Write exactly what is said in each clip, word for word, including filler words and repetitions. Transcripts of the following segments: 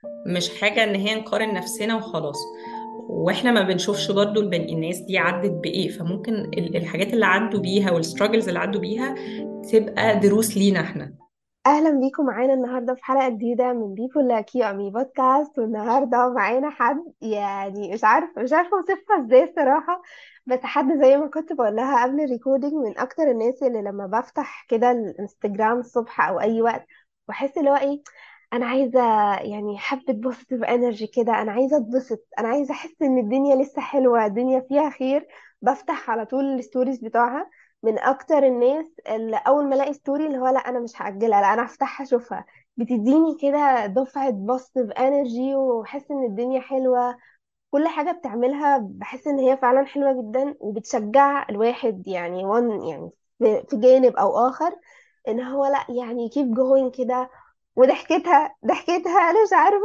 مش حاجة ان هي نقارن نفسنا وخلاص. واحنا ما بنشوفش برضو البني الناس دي عدت بايه، فممكن ال- الحاجات اللي عدوا بيها والستراجلز اللي عدوا بيها تبقى دروس لينا احنا. اهلا بيكم معانا النهارده في حلقه جديده من بيبول لايك يو امي بودكاست. والنهارده معانا حد يعني مش عارفه مش عارفه اوصفها ازاي الصراحه. بس حد زي ما كنت بقول لها قبل الريكوردينج، من اكتر الناس اللي لما بفتح كده الانستجرام الصبح او اي وقت واحس اللي هو ايه، انا عايزه يعني حبه بوزيتيف انرجي كده، انا عايزه اتبسط، انا عايزه احس ان الدنيا لسه حلوه، الدنيا فيها خير. بفتح على طول الستوريز بتوعها. من اكتر الناس اللي اول ما الاقي ستوري اللي هو لا انا مش هاجلها، لا انا هفتحها اشوفها. بتديني كده دفعه بوزيتيف انرجي واحس ان الدنيا حلوه. كل حاجه بتعملها بحس ان هي فعلا حلوه جدا وبتشجع الواحد، يعني وان يعني في في جانب او اخر، ان هو لا يعني كيب جوين كده. وضحكتها ضحكتها انا مش عارفه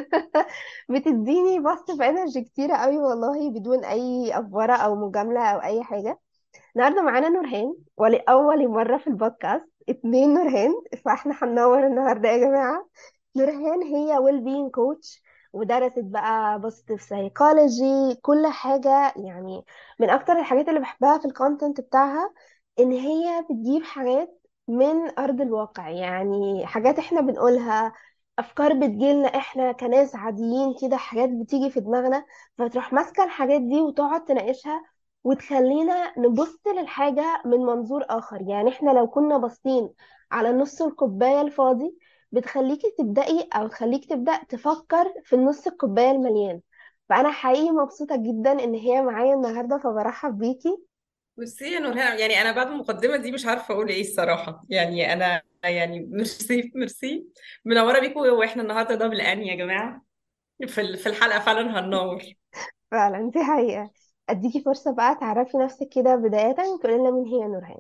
بتديني بوزيتيف انرجي كتيره قوي والله، بدون اي افوره او مجامله او اي حاجه. النهارده معانا نورهان، ولأول مرة في البودكاست اتنين نورهان. فاحنا هننور النهارده يا جماعة. نورهان هي ويل بينج كوتش، ودرست بقى بوزيتيف سايكولوجي كل حاجة يعني. من أكتر الحاجات اللي بحبها في الكونتنت بتاعها إن هي بتجيب حاجات من أرض الواقع، يعني حاجات احنا بنقولها، أفكار بتجيلنا احنا كناس عاديين كده، حاجات بتيجي في دماغنا، فتروح ماسكة الحاجات دي وتقعد تناقشها وتخلينا نبص للحاجة من منظور آخر. يعني احنا لو كنا باصين على نص الكوباية الفاضي، بتخليكي تبدأي أو تخليك تبدأ تفكر في النص الكوباية المليان. فأنا حقيقي مبسوطة جدا إن هي معايا النهاردة، فبرحب بيكي. بصي يا نورهان، يعني انا بعد المقدمه دي مش عارفه اقول ايه الصراحه. يعني انا يعني ميرسي ميرسي، منوره بيكم. واحنا النهارده دبل ان يا جماعه، في ال- في الحلقه فعلا هننور. فعلا دي حقيقة. أديكي فرصة بقى تعرفي نفسك كده بداية، تقولي لنا مين هي نورهان.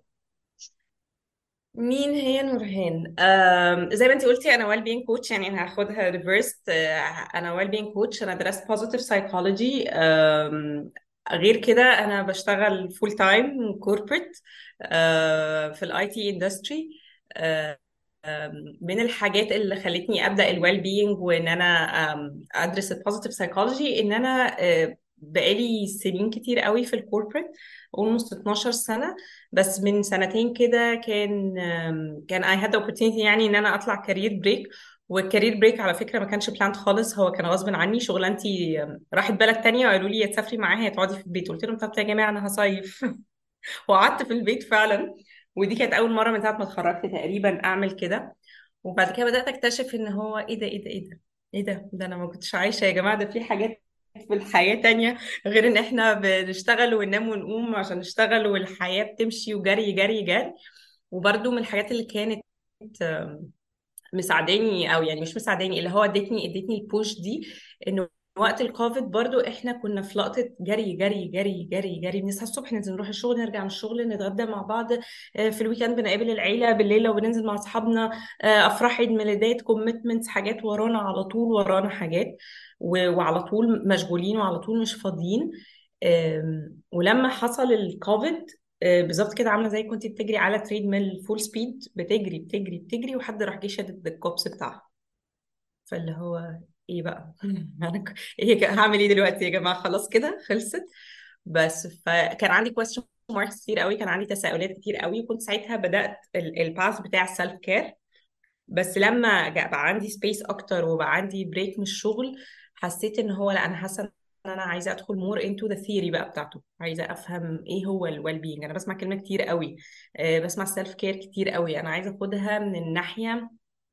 مين هي نورهان؟ آم، زي ما انت قلتي انا ويل بينج كوتش، يعني انا هاخدها ريفرست. انا ويل بينج كوتش، انا درست بوزيتيف سايكولوجي. غير كده انا بشتغل فول تايم كوربريت في الاي تي اندستري. من الحاجات اللي خلتني ابدا الويل بينج وان انا آم، ادرس البوزيتيف سايكولوجي ان انا آه، بقالي سنين كتير قوي في الكوربريت، almost اتناشر سنة. بس من سنتين كده كان آم، كان I had the opportunity يعني ان انا اطلع كارير بريك. والكارير بريك على فكرة ما كانش بلاند خالص، هو كان غصب عني. شغلانتي آم، راحت بلد تانية وقالوا لي يا تسافري معاها يا تقعدي في البيت. قلت لهم طب يا جماعة انا هصيف وقعدت في البيت فعلا. ودي كانت اول مرة من ساعة ما اتخرجت تقريبا اعمل كده. وبعد كده بدأت اكتشف ان هو ايه ده ايه ده ايه ده ايه ده ده انا ما كنتش عايشة يا جماعة، ده في حاجات في الحياة تانية غير ان احنا بنشتغل وننام ونقوم عشان نشتغل، والحياة بتمشي وجري جري جري. وبرده من الحاجات اللي كانت مساعداني، او يعني مش مساعداني، اللي هو ادتني ادتني البوش دي، انه وقت الكوفيد برضو احنا كنا في لقطة جري جري جري جري جري. بنصحى الصبح ننزل نروح الشغل، نرجع من الشغل نتغدى مع بعض، آه، في الويكند بنقابل العيلة بالليل لو بننزل مع اصحابنا، آه، افراح، عيد ميلادات، كوميتمنتس، حاجات ورانا على طول، ورانا حاجات و- وعلى طول مشغولين وعلى طول مش فاضيين. آم، ولما حصل الكوفيد آه، بالظبط كده، عامله زي كنت بتجري على تريد ميل فول سبيد، بتجري بتجري بتجري وحد راح جه شادد الكوبس بتاعها. فاللي هو ايه بقى انا ك- ايه ك- هعمل ايه دلوقتي يا جماعه؟ خلاص كده خلصت. بس فكان عندي question marks كتير قوي، كان عندي تساؤلات كتير قوي. وكنت ساعتها بدات الباث بتاع السيلف كير. بس لما جاء بقى عندي سبيس اكتر وبقى عندي بريك من الشغل، حسيت ان هو لا، انا حاسه ان انا عايزه ادخل مور انتو ذا ثيوري بقى بتاعته. عايزه افهم ايه هو الويل بينج. انا بسمع كلمه كتير قوي، آه، بسمع سيلف كير كتير قوي. انا عايزه اخدها من الناحيه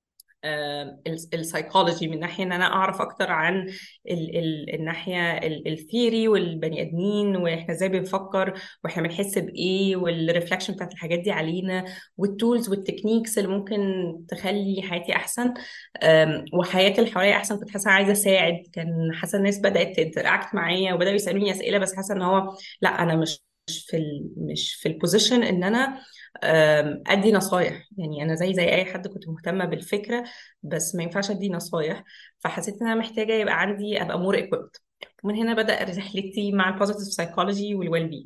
السايكولوجي، من ناحيه ان انا اعرف اكتر عن ال ال الناحيه الثيري والبني ادمين، واحنا ازاي بنفكر واحنا بنحس بايه، والريفلكشن بتاعت الحاجات دي علينا، والتولز والتكنيكس اللي ممكن تخلي حياتي احسن، أم، وحياتي اللي حواليا احسن. كنت حاسه عايزه اساعد، كان حاسه الناس بدات تنتراكت معايا وبداوا يسالوني اسئله، بس حاسه ان هو لا، انا مش مش في ال مش في البوزيشن ان انا أم، ادي نصايح. يعني انا زي زي اي حد كنت مهتمه بالفكره، بس ما ينفعش ادي نصايح. فحسيت ان انا محتاجه يبقى عندي ابقى مور equipped. من هنا بدأ رحلتي مع البوزيتيف سايكولوجي والويل بي.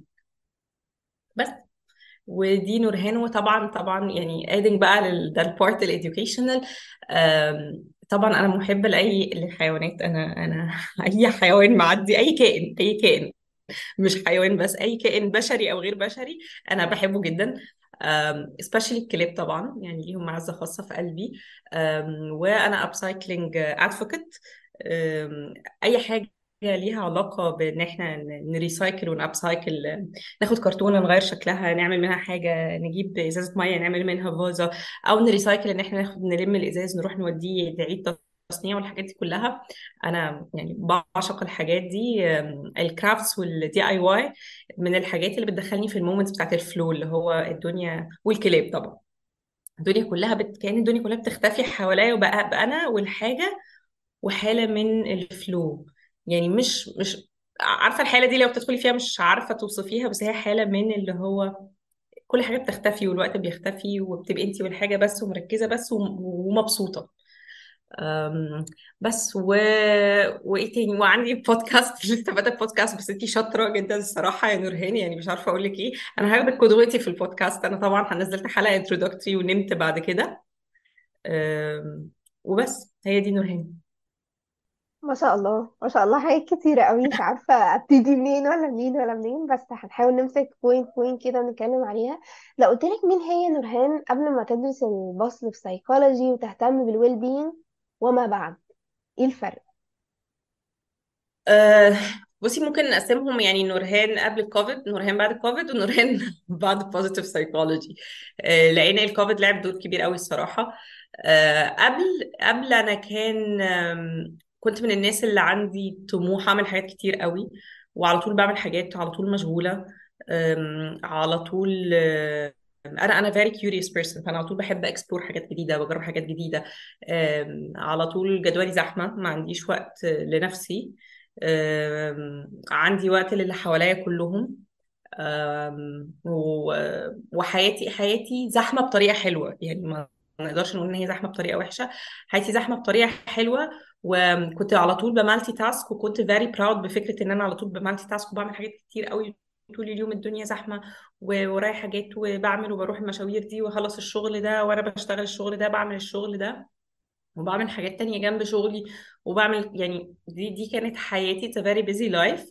بس ودي نورهان. وطبعا طبعا يعني ادنج بقى لل ده البارت الاديوكيشنال، طبعا انا محبه لاي للحيوانات. انا انا اي حيوان معدي، اي كائن، اي كائن، مش حيوان بس، اي كائن بشري او غير بشري انا بحبه جدا. especially الكلاب طبعا، يعني ليهم معزه خاصه في قلبي. أم، وانا ابسايكلينج ادفوكت. اي حاجه ليها علاقه بان احنا ن- نريسايكل ونابسايكل، ناخد كرتونه نغير شكلها نعمل منها حاجه، نجيب ازازه ميه نعمل منها فازه، او نريسايكل ان احنا ناخد نلم الازاز نروح نوديه لعيد تصنيع والحاجات دي كلها. انا يعني بعشق الحاجات دي. أم، الكرافتس والدي اي واي من الحاجات اللي بتدخلني في المومنتس بتاعت الفلو اللي هو الدنيا، والكلاب طبعا. الدنيا كلها بت... كأن الدنيا كلها بتختفي حواليا، وبقى بقى انا والحاجه وحاله من الفلو. يعني مش مش عارفه الحاله دي لو بتدخلي فيها مش عارفه توصفيها، بس هي حاله من اللي هو كل حاجه بتختفي والوقت بيختفي وبتبقي انت والحاجه بس ومركزه بس وم- ومبسوطه. أم، بس و... وايه تاني، وعندي بودكاست لسه بادئه بودكاست، بس انتي شاطره جدا الصراحه يا نورهان، يعني مش عارفه اقول لك ايه. انا هاخدك قدوتي في البودكاست. انا طبعا نزلت حلقه انترودكتوري ونمت بعد كده. أم، وبس هي دي نورهان. ما شاء الله ما شاء الله، حاجات كتيرة قوي، مش عارفة ابتدي منين ولا منين ولا منين، بس هنحاول نمسك بوينت بوينت كده ونتكلم عليها. لو قلت لك مين هي نورهان قبل ما تدرس البصل في سايكولوجي وتهتم بالويل بينج وما بعد، ايه الفرق؟ أه بصي، ممكن نقسمهم يعني نورهان قبل الكوفيد، نورهان بعد الكوفيد، ونورهان بعد بوزيتيف سايكولوجي. أه لان الكوفيد لعب دور كبير قوي الصراحه. أه قبل قبل انا كان آم، كنت من الناس اللي عندي طموح اعمل حاجات كتير قوي، وعلى طول بعمل حاجات، على طول مشغوله. آم، على طول آم، انا انا very curious person، فانا على طول بحب اكسبلور حاجات جديده واجرب حاجات جديده. آم، على طول جدولي زحمه، ما عنديش وقت لنفسي. آم، عندي وقت للي حواليا كلهم. آم، و- وحياتي حياتي زحمة بطريقة حلوة، يعني ما ما نقدرش نقول ان هي زحمة بطريقة وحشة. حياتي زحمة بطريقة حلوة. وكنت على طول بمالتي تاسك، وكنت فيري براود بفكرة ان انا على طول بمالتي تاسك وبعمل حاجات كتير قوي طول اليوم. الدنيا زحمة وورايا حاجات، وبعمل وبروح المشاوير دي واخلص الشغل ده، وانا بشتغل الشغل ده بعمل الشغل ده، وبعمل حاجات تانية جنب شغلي، وبعمل يعني دي دي كانت حياتي. it's a very busy life.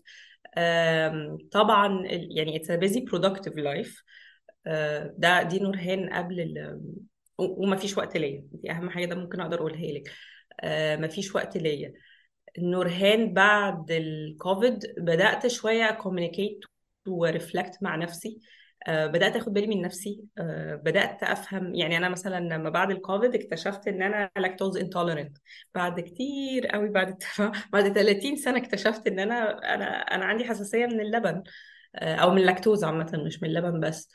آم، طبعا ال- يعني it's a busy productive life. آه، ده دي نورهان قبل ال و- ومفيش وقت ليا، دي اهم حاجه ده ممكن اقدر اقولها لك. آه، مفيش وقت ليا. نورهان بعد الكوفيد بدأت شوية كوميونيكيت ورفلكت مع نفسي. آه، بدأت أخد بالي من نفسي. آه، بدأت أفهم، يعني أنا مثلا لما بعد الكوفيد اكتشفت إن أنا لاكتوز انتوليرنت. بعد كتير قوي، بعد بعد ثلاثين سنة اكتشفت إن أنا أنا أنا عندي حساسية من اللبن. آه، أو من اللاكتوز عامة، مش من اللبن بس.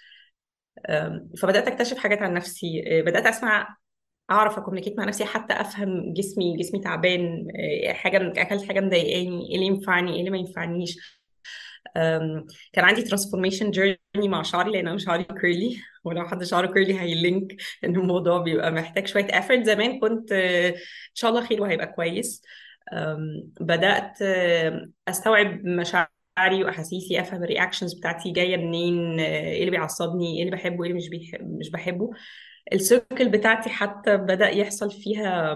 آم، فبدأت أكتشف حاجات عن نفسي. آه، بدأت أسمع، اعرف اكومينيكيت مع نفسي، حتى افهم جسمي جسمي تعبان. آه، حاجه اكلت حاجه مضايقاني، ايه اللي ينفعني ايه اللي ما ينفعنيش. أم، كان عندي ترانسفورميشن جيرني مع شعري، لان انا شعري كيرلي ولو حد شعره كيرلي هيلينك ان الموضوع بيبقى محتاج شويه افورت. زمان كنت آه، ان شاء الله خير وهيبقى كويس. أم، بدات آه، استوعب مشاعري واحاسيسي، افهم الرياكشنز بتاعتي جايه منين، آه، ايه اللي بيعصبني، ايه اللي بحبه، ايه اللي مش بيحب مش بحبه. السيركل بتاعتي حتى بدأ يحصل فيها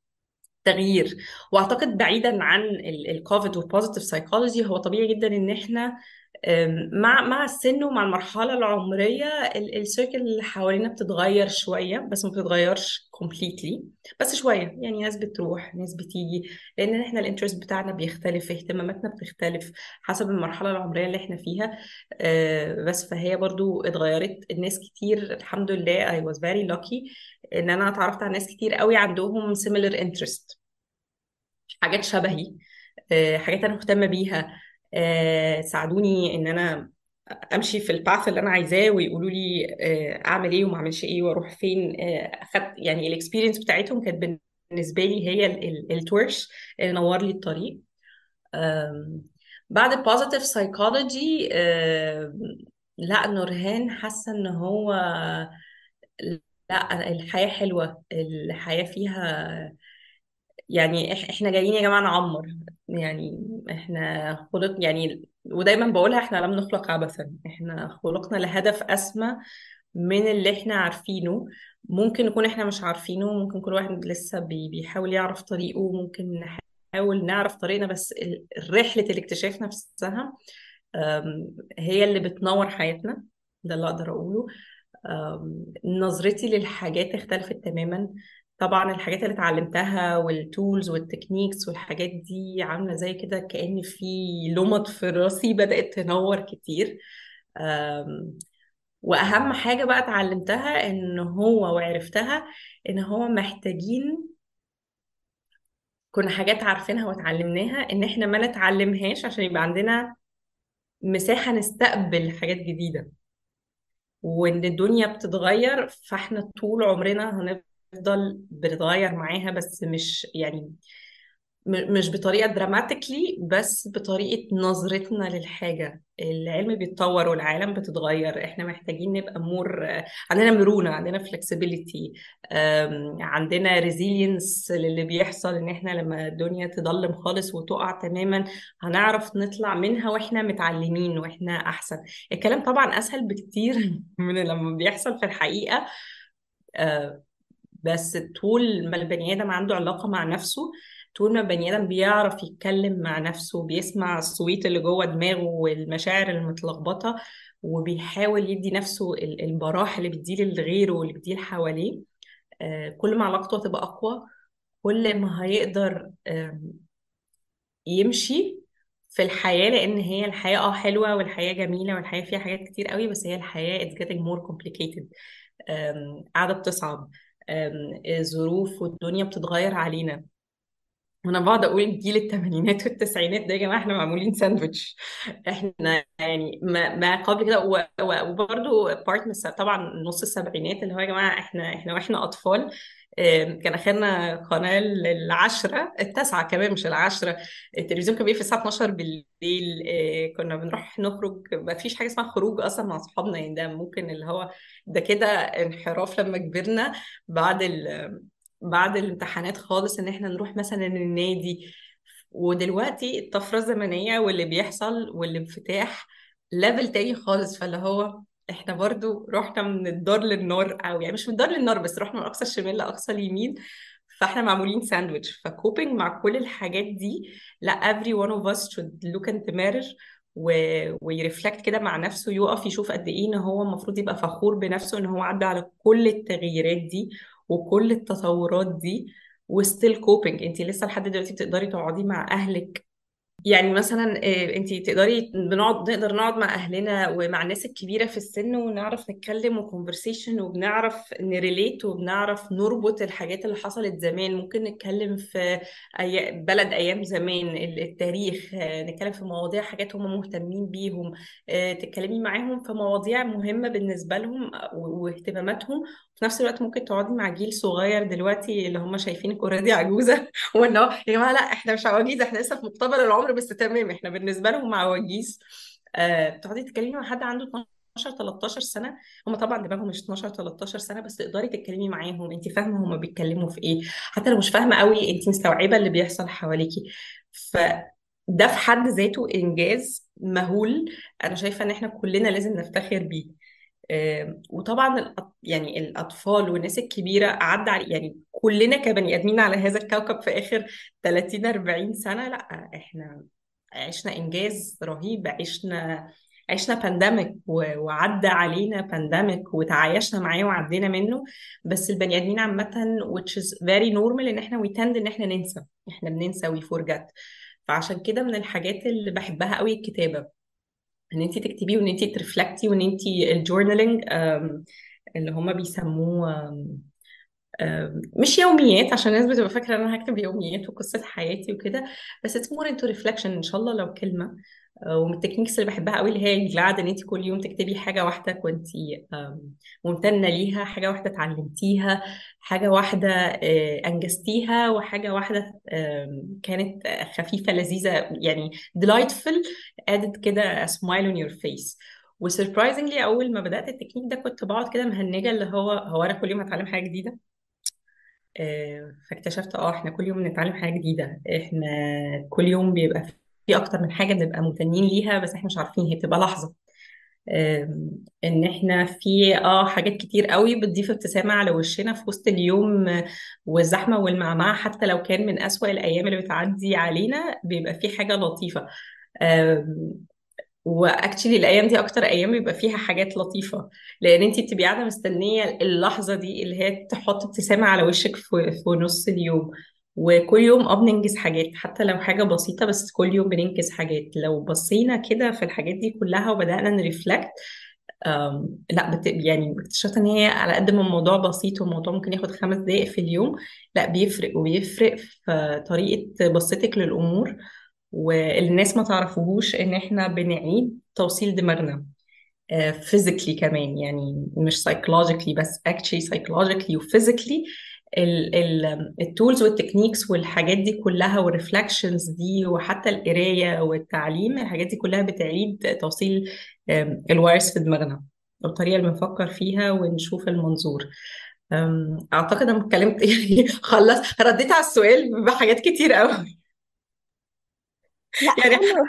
تغيير. واعتقد بعيدا عن الكوفيد والبوزيتيف سايكولوجي، هو طبيعي جدا ان احنا أم، مع مع السن ومع المرحله العمريه ال- السيركل اللي حوالينا بتتغير شويه، بس ما بتتغيرش كومبليتلي، بس شويه. يعني ناس بتروح ناس بتيجي، لان احنا الانترست بتاعنا بيختلف، اهتماماتنا بتختلف حسب المرحله العمريه اللي احنا فيها. أه، بس فهي برضو اتغيرت. الناس كتير الحمد لله I was very lucky ان انا اتعرفت على ناس كتير قوي عندهم similar interest، حاجات شبهي. آه، حاجات انا مهتمه بيها. آه، ساعدوني ان انا امشي في الباث اللي انا عايزاه، ويقولوا لي آه، اعمل ايه وما اعملش ايه واروح فين. آه، اخدت يعني الاكسبيرينس بتاعتهم كانت بالنسبه لي هي ال- ال- التورش اللي نور لي الطريق. آم، بعد البوزيتيف سايكولوجي، لا نورهان حاسه ان هو، لا الحياه حلوه، الحياه فيها، يعني إح- احنا جايين يا جماعة نعمر. يعني احنا خلق، يعني ودايما بقولها احنا لم نخلق عبثا، احنا خلقنا لهدف أسمى من اللي احنا عارفينه. ممكن نكون احنا مش عارفينه، ممكن كل واحد لسه بي- بيحاول يعرف طريقه، ممكن نحاول نعرف طريقنا، بس ال- رحلة الاكتشاف نفسها أم، هي اللي بتنور حياتنا. ده اللي اقدر اقوله. أم، نظرتي للحاجات اختلفت تماما. طبعا الحاجات اللي اتعلمتها والتولز والتكنيكس والحاجات دي عاملة زي كده كأن في لمط في راسي بدأت تنور كتير. أم، واهم حاجة بقى اتعلمتها ان هو وعرفتها ان هو محتاجين، كنا حاجات عارفينها واتعلمناها ان احنا ما نتعلمهاش عشان يبقى عندنا مساحة نستقبل حاجات جديدة. وان الدنيا بتتغير، فاحنا طول عمرنا هنفضل بنتغير معاها، بس مش يعني م- مش بطريقة دراماتيكلي، بس بطريقة نظرتنا للحاجة. العلم بيتطور والعالم بتتغير، احنا محتاجين نبقى مور، عندنا مرونة، عندنا فلكسبيليتي، عندنا ريزيلينس للي بيحصل، ان احنا لما الدنيا تضلم خالص وتقع تماما هنعرف نطلع منها واحنا متعلمين واحنا احسن. الكلام طبعا اسهل بكتير من لما بيحصل في الحقيقة. آه، بس طول ما البني آدم عنده علاقة مع نفسه، طول ما البني آدم بيعرف يتكلم مع نفسه، بيسمع الصويت اللي جوه دماغه والمشاعر المتلخبطة، وبيحاول يدي نفسه ال- البراح اللي بيديه لغيره واللي بيديه لحواليه، آه، كل ما علاقته هتبقى أقوى، كل ما هيقدر آم، يمشي في الحياة. لأن هي الحياة اه حلوة والحياة جميلة والحياة فيها حاجات كتير قوي، بس هي الحياة it's getting more complicated. أم، قاعدة بتصعب. أم، الظروف والدنيا بتتغير علينا. وانا بقعد اقول جيل الثمانينات والتسعينات ده يا جماعه احنا معمولين ساندوتش. احنا يعني ما, ما قبل كده و- و- وبرضه بارت من الس- طبعا نص السبعينات اللي هو يا جماعه احنا احنا واحنا اطفال. آم، كان اخرنا قناه العشرة التاسعة كمان مش العشرة. التلفزيون كان بيقفل الساعة اتناشر بالليل. آه، كنا بنروح نخرج، ما فيش حاجة اسمها خروج أصلا مع أصحابنا، يعني ده ممكن اللي هو ده كده انحراف لما كبرنا بعد ال بعد الامتحانات خالص ان احنا نروح مثلا النادي. ودلوقتي الطفرة الزمنية واللي بيحصل والانفتاح ليفل تاني خالص، فاللي هو احنا برضو رحنا من الدار للنار، او يعني مش من الدار للنار بس رحنا من اقصى الشمال لاقصى اليمين. فاحنا معمولين ساندويتش، فكوبينج مع كل الحاجات دي. لا every one of us should look and mirror و... ويرفلكت كده مع نفسه، يقف يشوف قد ايه ان هو المفروض يبقى فخور بنفسه ان هو عدى على كل التغييرات دي وكل التطورات دي وستيل كوبينج. انت لسه لحد دلوقتي بتقدري تقعدي مع اهلك. يعني مثلا انت تقدري، بنقعد نقدر نقعد مع اهلنا ومع الناس الكبيره في السن ونعرف نتكلم وكونفرسيشن وبنعرف نريليت وبنعرف نربط الحاجات اللي حصلت زمان. ممكن نتكلم في أي بلد ايام زمان، ال- التاريخ، آه، نتكلم في مواضيع حاجات هم مهتمين بيهم، آه، تتكلمي معاهم في مواضيع مهمه بالنسبه لهم آه، و- واهتماماتهم. في نفس الوقت ممكن تقعدي مع جيل صغير دلوقتي اللي هم شايفينك اوريدي عجوزه وانه يا جماعه لا احنا مش عواجيز، احنا لسه في مقتبل العمر، بس تمام احنا بالنسبه لهم عواجيز. آه بتقعدي تتكلمي مع حد عنده اتناشر تلتاشر سنه، هم طبعا دماغهم مش اتناشر تلتاشر سنه، بس تقدري تتكلمي معاهم، انت فاهمه هم بيتكلموا في ايه. حتى لو مش فاهمه قوي انت مستوعبه اللي بيحصل حواليكي. فده في حد ذاته انجاز مهول. انا شايفه ان احنا كلنا لازم نفتخر بيه. آه، وطبعا الأط- يعني الأطفال والناس الكبيرة عدى علي، يعني كلنا كبني آدمين على هذا الكوكب في آخر تلاتين اربعين سنة. لا احنا عشنا إنجاز رهيب، عشنا عشنا بانديميك وعدى علينا بانديميك وتعايشنا معاه وعدينا منه. بس البني آدمين عامة which is very normal ان احنا we tend ان احنا ننسى، احنا بننسى we forget. فعشان كده من الحاجات اللي بحبها قوي الكتابة، ان انت تكتبي وان انت ترفلكتي وان انت الجورنالينج اللي هما بيسموه آم، آم، مش يوميات عشان الناس بتبقى فاكره ان انا هكتب يوميات وقصه حياتي وكده. بس اتس مور انتو ريفلكشن ان شاء الله لو كلمه. آه، ومن التكنيكس اللي بحبها قوي اللي هي الجلاد، ان انت كل يوم تكتبي حاجه واحده كنت ممتنه ليها، حاجه واحده اتعلمتيها، حاجه واحده آه، انجزتيها، وحاجه واحده آم، كانت آه، خفيفه لذيذه يعني delightful added كده a smile on your face. وسربرايزنجلي اول ما بدات التكنيك ده كنت بقعد كده مهنجه اللي هو هو انا كل يوم هتعلم حاجه جديده. آه، فاكتشفت اه احنا كل يوم بنتعلم حاجه جديده، احنا كل يوم بيبقى في اكتر من حاجه بنبقى ممتنين ليها بس احنا مش عارفين، هي بتبقى لحظه. آم، ان احنا في اه حاجات كتير قوي بتضيف ابتسامة على وشنا في وسط اليوم، آه، والزحمة والمعمعة، حتى لو كان من أسوأ الأيام اللي بتعدي علينا بيبقى في حاجة لطيفة. واكشلي الايام دي اكتر ايام بيبقى فيها حاجات لطيفه، لان انت بتبقي قاعده مستنيه اللحظه دي اللي هي تحط ابتسامه على وشك في, في نص اليوم. وكل يوم اه بننجز حاجات حتى لو حاجه بسيطه، بس كل يوم بننجز حاجات. لو بصينا كده في الحاجات دي كلها وبدانا نرفلكت، أم، لا بت... يعني اكتشفت ان هي على قد ما الموضوع بسيط والموضوع ممكن ياخد خمس دقائق في اليوم، لا بيفرق، وبيفرق في طريقة بصتك للأمور. والناس ما تعرفوهوش ان احنا بنعيد توصيل دماغنا فيزيكلي كمان، يعني مش سايكولوجيكلي بس، اكشلي سايكولوجيكلي وفيزيكلي. التولز والتكنيكس والحاجات دي كلها والريفلكشنز دي وحتى القرايه والتعليم، الحاجات دي كلها بتعيد توصيل آم، الوايرز في دماغنا، الطريقه اللي بنفكر فيها ونشوف المنظور. آم، اعتقد انا اتكلمت يعني خلص رديت على السؤال بحاجات كتير قوي. لا يعني حلو.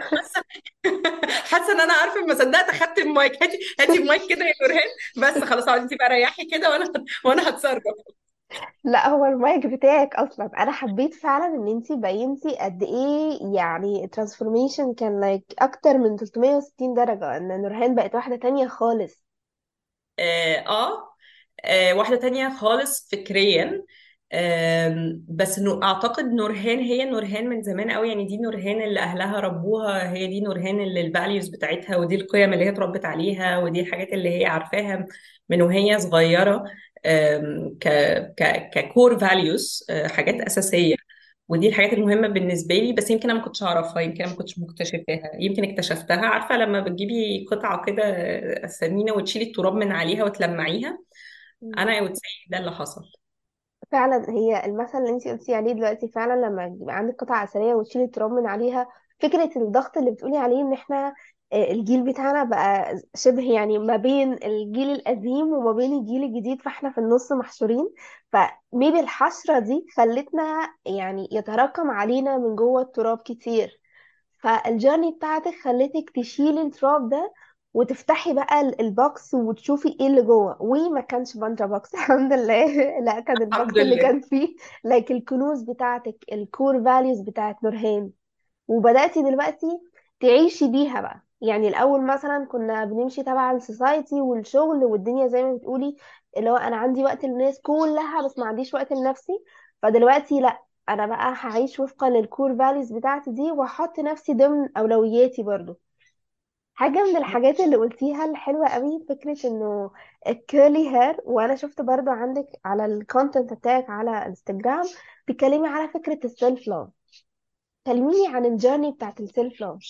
حاسه ان انا عارفه، ما صدقت اخدت المايك. هاتي هاتي المايك كده يا نورهان. بس خلاص اقعدي انت بقى ريحي كده، وانا وانا هتصرف. لا هو المايك بتاعك اصلا، انا حبيت فعلا ان انتي بينتي قد ايه يعني ترانسفورميشن كان لايك اكتر من ثلاثمية وستين درجة، ان نورهان بقت واحدة تانية خالص. اه, آه آه، واحده تانية خالص فكريا. آم، بس نو- اعتقد نورهان هي نورهان من زمان قوي، يعني دي نورهان اللي اهلها ربوها، هي دي نورهان اللي الفاليوز بتاعتها ودي القيم اللي هي اتربت عليها ودي الحاجات اللي هي عارفاها من وهي صغيره. آم، ك ك ككور فاليوز، حاجات مم. اساسيه. ودي الحاجات المهمة بالنسبة لي، بس يمكن أنا ما كنتش أعرفها، يمكن أنا ما كنتش مكتشفاها، يمكن اكتشفتها. عارفة لما بتجيبي قطعة كده ثمينة وتشيلي التراب من عليها وتلمعيها؟ مم. أنا I would say ده اللي حصل. فعلا هي المثل اللي انتي قلتي عليه دلوقتي، فعلا لما يبقى عندك قطعة أثرية وتشيلي التراب من عليها، فكرة الضغط اللي بتقولي عليه ان احنا آه، الجيل بتاعنا بقى شبه يعني ما بين الجيل القديم وما بين الجيل الجديد، فاحنا في النص محشورين. فميبي الحشرة دي خلتنا يعني يتراكم علينا من جوه التراب كتير، فالجيرني بتاعتك خلتك تشيلي التراب ده وتفتحي بقى ال- البوكس وتشوفي ايه اللي جوه، وما كانش بانجا بوكس الحمد لله. لا كان الحمد البوكس اللي لله. كان فيه لايك الكنوز بتاعتك، الكور فاليوز بتاعت نورهان. وبدأتي دلوقتي تعيشي بيها بقى. يعني الأول مثلا كنا بنمشي تبع السوسايتي والشغل والدنيا زي ما بتقولي، اللي هو أنا عندي وقت للناس كلها بس ما عنديش وقت لنفسي. فدلوقتي لأ، أنا بقى هعيش وفقا للكور فاليوز بتاعتي دي وأحط نفسي ضمن أولوياتي برضو. حاجة من الحاجات اللي قلتيها الحلوة قوي فكرة انه الكيرلي هير، وانا شفت برضو عندك على الكونتنت بتاعك على انستجرام بتكلمي على فكرة السيلف لاف. كلميني عن الجيرني بتاعت السيلف لاف.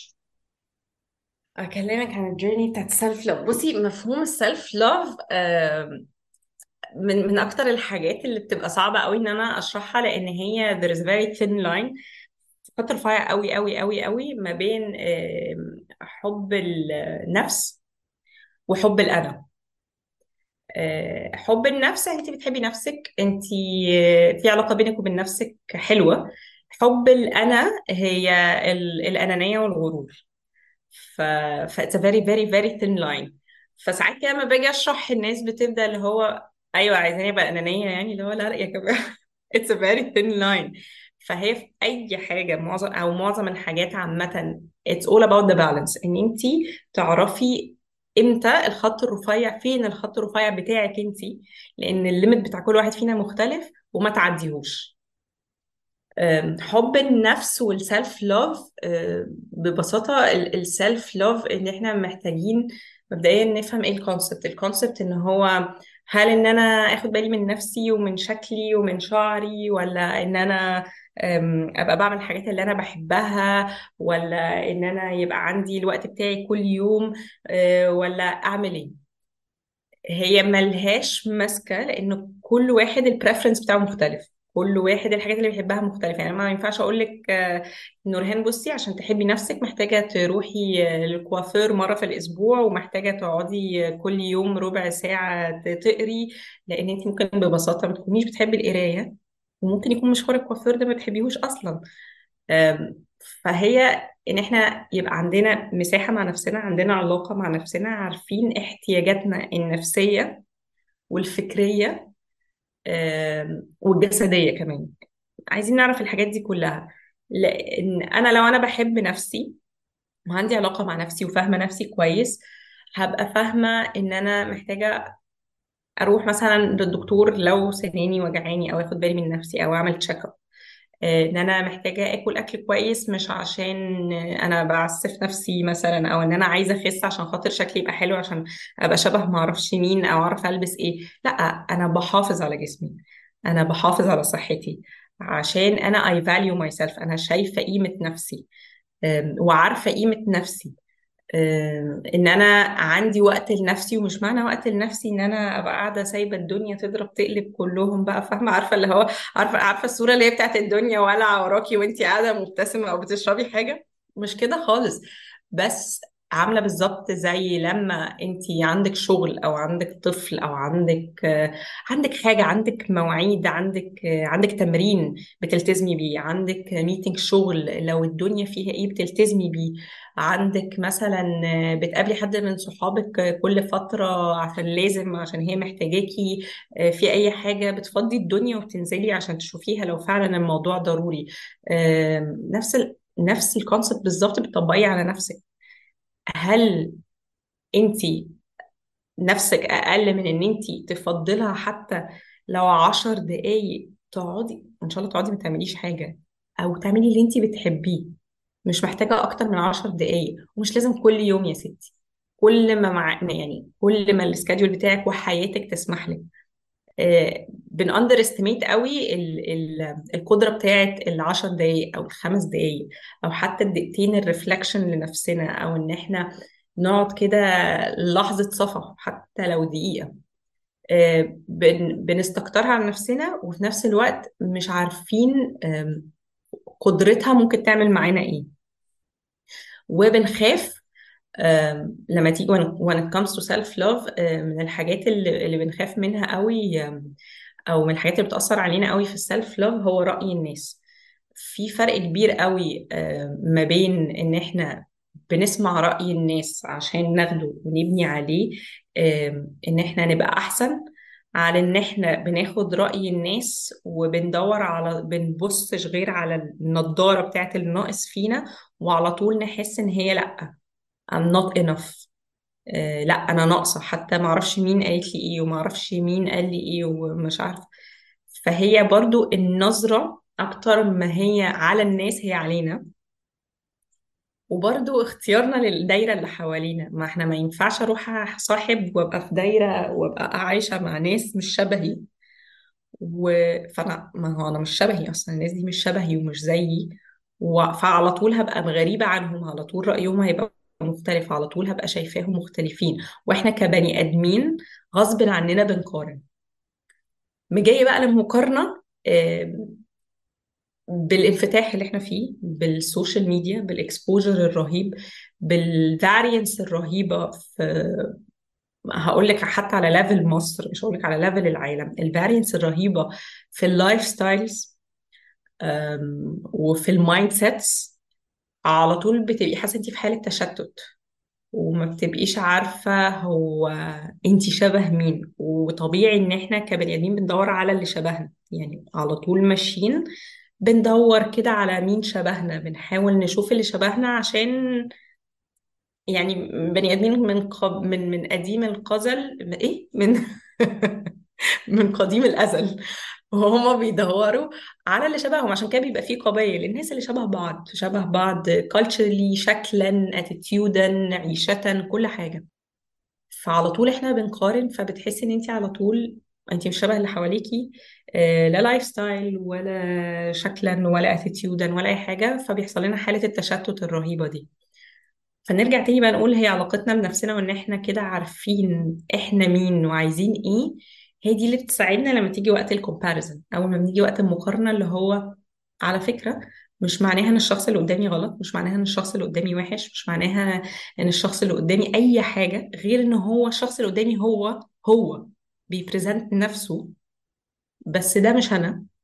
أكلمك عن الجيرني بتاعت السيلف لاف. بصي، مفهوم السيلف لاف من من أكتر الحاجات اللي بتبقى صعبة قوي إن أنا أشرحها، لأن هي there is very thin line، خط رفيع قوي قوي قوي قوي ما بين آم، حب النفس وحب الأنا. آه، حب النفس انت بتحبي نفسك انت، آه، في علاقة بينك وبين نفسك حلوة. حب الأنا هي ال- الأنانية والغرور. ف ف it's a very very very thin line. فساعات كده لما باجي اشرح الناس بتبدأ اللي هو ايوه عايزاني ابقى أنانية، يعني اللي هو لا لا يا جماعة it's a very thin line. فهي في اي حاجة، معظم او معظم الحاجات عامة it's all about the balance، ان انت تعرفي امتى الخط الرفيع، فين الخط الرفيع بتاعك انت، لان الليمت بتاع كل واحد فينا مختلف، وما تعديهوش. أم، حب النفس والسلف لوف، ببساطة السلف لوف ان احنا محتاجين مبدئيا نفهم ايه الكونسبت. الكونسبت ان هو هل ان انا اخد بالي من نفسي ومن شكلي ومن شعري، ولا ان انا أم، ابقى بعمل الحاجات اللي انا بحبها، ولا ان انا يبقى عندي الوقت بتاعي كل يوم، أه، ولا اعمل ايه. هي ملهاش ماسكة، لأنه كل واحد البريفرنس بتاعه مختلف، كل واحد الحاجات اللي بيحبها مختلفة. يعني ما ينفعش أقول لك آه، نورهان بصي عشان تحبي نفسك محتاجة تروحي آه، للكوافير مرة في الأسبوع، ومحتاجة تقعدي آه، كل يوم ربع ساعة ت- تقري، لأن أنت ممكن ببساطة ما تكونيش بتحبي القراية، وممكن يكون مشوار الكوافير ده ما بتحبيهوش أصلا. فهي ان احنا يبقى عندنا مساحة مع نفسنا، عندنا علاقة مع نفسنا، عارفين احتياجاتنا النفسية والفكرية، آم، والجسدية كمان. عايزين نعرف الحاجات دي كلها، لان انا لو انا بحب نفسي وعندي علاقة مع نفسي وفاهمة نفسي كويس، هبقى فاهمة ان انا محتاجة اروح مثلا للدكتور لو سناني وجعاني، او اخد بالي من نفسي، او اعمل تشيك اب. ان انا محتاجه اكل اكل كويس، مش عشان انا بعسف نفسي مثلا، او ان انا عايزه اخس عشان خاطر شكلي يبقى حلو، عشان ابقى شبه ما اعرفش مين، او اعرف البس ايه. لا، انا بحافظ على جسمي، انا بحافظ على صحتي، عشان انا I value myself، انا شايفه قيمه نفسي، أم، وعارفه قيمه نفسي. آه، ان انا عندي وقت لنفسي. ومش معنى وقت لنفسي ان انا ابقى قاعده سايبه الدنيا تضرب تقلب كلهم بقى، فاهمه؟ عارفه اللي هو، عارفه عارفه الصوره اللي هي بتاعت الدنيا والعه وراكي وانتي قاعده مبتسمه او بتشربي حاجه. مش كده خالص. بس عامله بالظبط زي لما انتي عندك شغل، او عندك طفل، او عندك آه، عندك حاجه، عندك مواعيد، عندك آه، عندك تمرين بتلتزمي بيه، عندك ميتنج شغل لو الدنيا فيها ايه بتلتزمي بيه، عندك مثلا بتقابلي حد من صحابك كل فترة عشان لازم، عشان هي محتاجاكي في أي حاجة، بتفضي الدنيا وبتنزلي عشان تشوفيها لو فعلا الموضوع ضروري. نفس ال نفس الكونسبت بالظبط بتطبقيه على نفسك. هل انتي نفسك أقل من إن انتي تفضلها حتى لو عشر دقايق تقعدي، إن شاء الله تقعدي ما تعمليش حاجة، أو تعملي اللي انتي بتحبيه؟ مش محتاجة أكتر من عشر دقايق، ومش لازم كل يوم يا ستي. كل ما مع يعني كل ما السكادول بتاعك وحياتك تسمح لك. آه بن اندر استيميت قوي ال ال القدرة بتاعت العشر دقايق أو الخمس دقايق، أو حتى الدقيقتين الريفلكشن لنفسنا، أو إن إحنا نقعد كده لحظة صفا حتى لو دقيقة. آه بن بنستكترها على نفسنا، وفي نفس الوقت مش عارفين آم، قدرتها ممكن تعمل معانا إيه. وبنخاف آم، لما تيجي when when it comes to self love. آم، من الحاجات اللي, اللي بنخاف منها قوي، آم، او من الحاجات اللي بتأثر علينا قوي في السيلف لوف، هو رأي الناس. في فرق كبير قوي آم، ما بين ان احنا بنسمع رأي الناس عشان ناخده ونبني عليه، آم، ان احنا نبقى احسن، على ان احنا بناخد رأي الناس وبندور على بنبصش غير على النضارة بتاعت الناقص فينا، وعلى طول نحس ان هي لا، I'm not enough. آه لا، انا ناقصه، حتى ما اعرفش مين قالت لي ايه، وما اعرفش مين قال لي ايه، ومش عارفه. فهي برضو النظره اكتر ما هي على الناس، هي علينا. وبرضو اختيارنا للدايره اللي حوالينا. ما احنا ما ينفعش اروح صاحب وابقى في دايره وابقى عايشه مع ناس مش شبهي. و... فانا ما هو انا مش شبهي اصلا، الناس دي مش شبهي ومش زيي. و... فعلى طول هبقى غريبة عنهم، على طول رأيهم هيبقى مختلف، على طول هبقى شايفاهم مختلفين. واحنا كبني ادمين غصب عننا بنقارن. مجاية بقى للمقارنة، آم، بالانفتاح اللي احنا فيه، بالسوشيال ميديا، بالاكسبوجر الرهيب، بالفارينس الرهيبة في، هقول لك حتى على ليفل مصر، مش هقول لك على ليفل العالم، الفارينس الرهيبة في اللايف ستايلز وفي المايند سيتس. على طول بتبقي حاسه انت في حاله تشتت، وما بتبقيش عارفه هو انت شبه مين. وطبيعي ان احنا كبني ادمين بندور على اللي شبهنا، يعني على طول ماشيين بندور كده على مين شبهنا، بنحاول نشوف اللي شبهنا، عشان يعني بني ادمين من قب من من قديم القزل، من ايه من من قديم الازل وهما بيدوروا على اللي شبههم. عشان كده بيبقى فيه قبائل، الناس اللي شبه بعض، شبه بعض culturally، شكلا، اتيتيودا، عيشة، كل حاجة. فعلى طول احنا بنقارن، فبتحسي ان انت على طول انت مش شبه اللي حواليكي، آه، لا لايف ستايل ولا شكلا ولا اتيتيودا ولا اي حاجة. فبيحصل لنا حالة التشتت الرهيبة دي. فنرجع تاني بقى نقول، هي علاقتنا بنفسنا، وان احنا كده عارفين احنا مين وعايزين ايه. هي دي اللي بتساعدنا لما تيجي وقت الكومباريزن، او لما بنيجي وقت المقارنة، اللي هو على فكرة مش معناها ان الشخص اللي قدامي غلط، مش معناها ان الشخص اللي قدامي وحش، مش معناها ان الشخص اللي قدامي اي حاجة، غير ان هو الشخص اللي قدامي هو هو بيبريزنت نفسه. بس ده مش انا،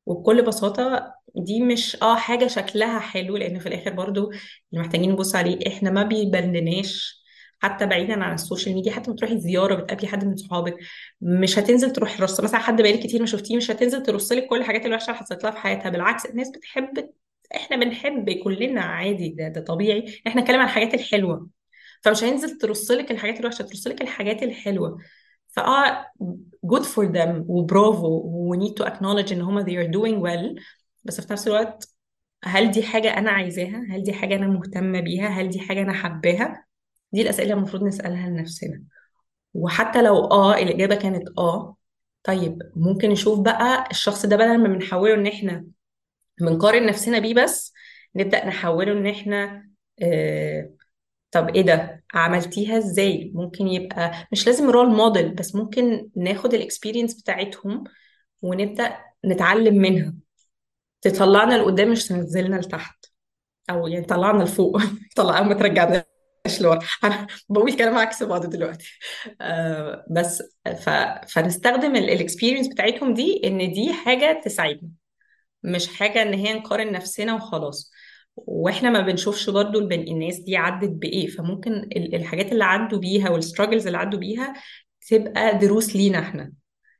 وبكل بساطة دي مش اه حاجة شكلها حلو، لان في الاخر برضو اللي محتاجين نبص عليه احنا ما بيبانلناش. حتى بعيدا عن السوشيال ميديا، حتى ما تروحي زيارة بتقابلي حد من صحابك، مش هتنزل تروح رص مثلا حد بقالك كتير ما شفتيه، مش هتنزل ترص لك كل الحاجات الوحشة اللي حصلت لها في حياتها. بالعكس الناس بتحب، احنا بنحب كلنا عادي، ده ده طبيعي احنا نتكلم عن الحاجات الحلوة. فمش هينزل ترص لك الحاجات الوحشة، ترص لك الحاجات الحلوة. فاه good for them وبرافو و we need to acknowledge ان هما they are doing well. بس في نفس الوقت هل دي حاجة أنا عايزاها؟ هل دي حاجة أنا مهتمة بيها؟ هل دي حاجة أنا حباها؟ دي الأسئلة المفروض نسألها لنفسنا. وحتى لو آه الإجابة كانت آه، طيب ممكن نشوف بقى الشخص ده بدل ما بنحوله إن إحنا بنقارن نفسنا بيه بس، نبدأ نحوله إن إحنا آه طب إيه ده؟ عملتيها إزاي؟ ممكن يبقى مش لازم رول موديل، بس ممكن ناخد الإكسبيرينس بتاعتهم ونبدأ نتعلم منها، تطلعنا لقدام مش تنزلنا لتحت، او يعني طلعنا لفوق طلع ما ترجعناش لورا. انا بقول كلام عكس بعض دلوقتي. آه بس ف... فنستخدم الاكسبيرينس بتاعتهم دي ان دي حاجه تساعدنا، مش حاجه ان هي نقارن نفسنا وخلاص. واحنا ما بنشوفش برضو البني الناس دي عدت بايه، فممكن ال- الحاجات اللي عدوا بيها والستراجلز اللي عدوا بيها تبقى دروس لينا احنا.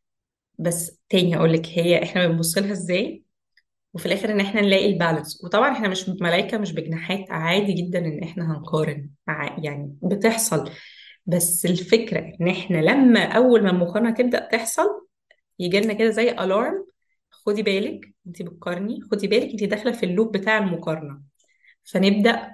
بس تاني اقول لك هي احنا بنبص لها ازاي، وفي الاخر ان احنا نلاقي البالانس. وطبعا احنا مش ملايكة مش بجناحات، عادي جدا ان احنا هنقارن ع- يعني بتحصل. بس الفكرة ان احنا لما اول ما المقارنة تبدأ تحصل يجي لنا كده زي الارم، خدي بالك انت بتقارني، خدي بالك انت داخلة في اللوب بتاع المقارنة. فنبدأ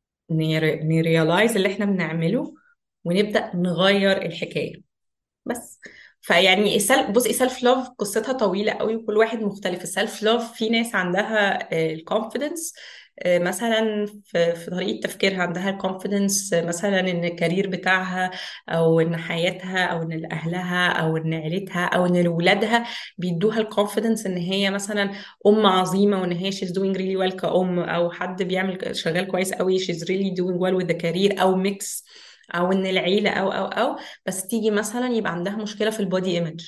نريلايز اللي احنا بنعمله ونبدأ نغير الحكاية. بس فيعني السل... بص السلف لوف قصتها طويلة قوي وكل واحد مختلف. السلف لوف في ناس عندها الكونفيدنس مثلا في في طريقة تفكيرها، عندها الكونفيدنس مثلا ان الكارير بتاعها او ان حياتها او ان اهلها او ان عيلتها او ان ولادها بيدوها الكونفيدنس ان هي مثلا ام عظيمة، وان هي she's doing really well كأم، او حد بيعمل شغال كويس قوي she's really doing well with the career، او ميكس، او ان العيلة او او او بس تيجي مثلا يبقى عندها مشكلة في البودي ايمج.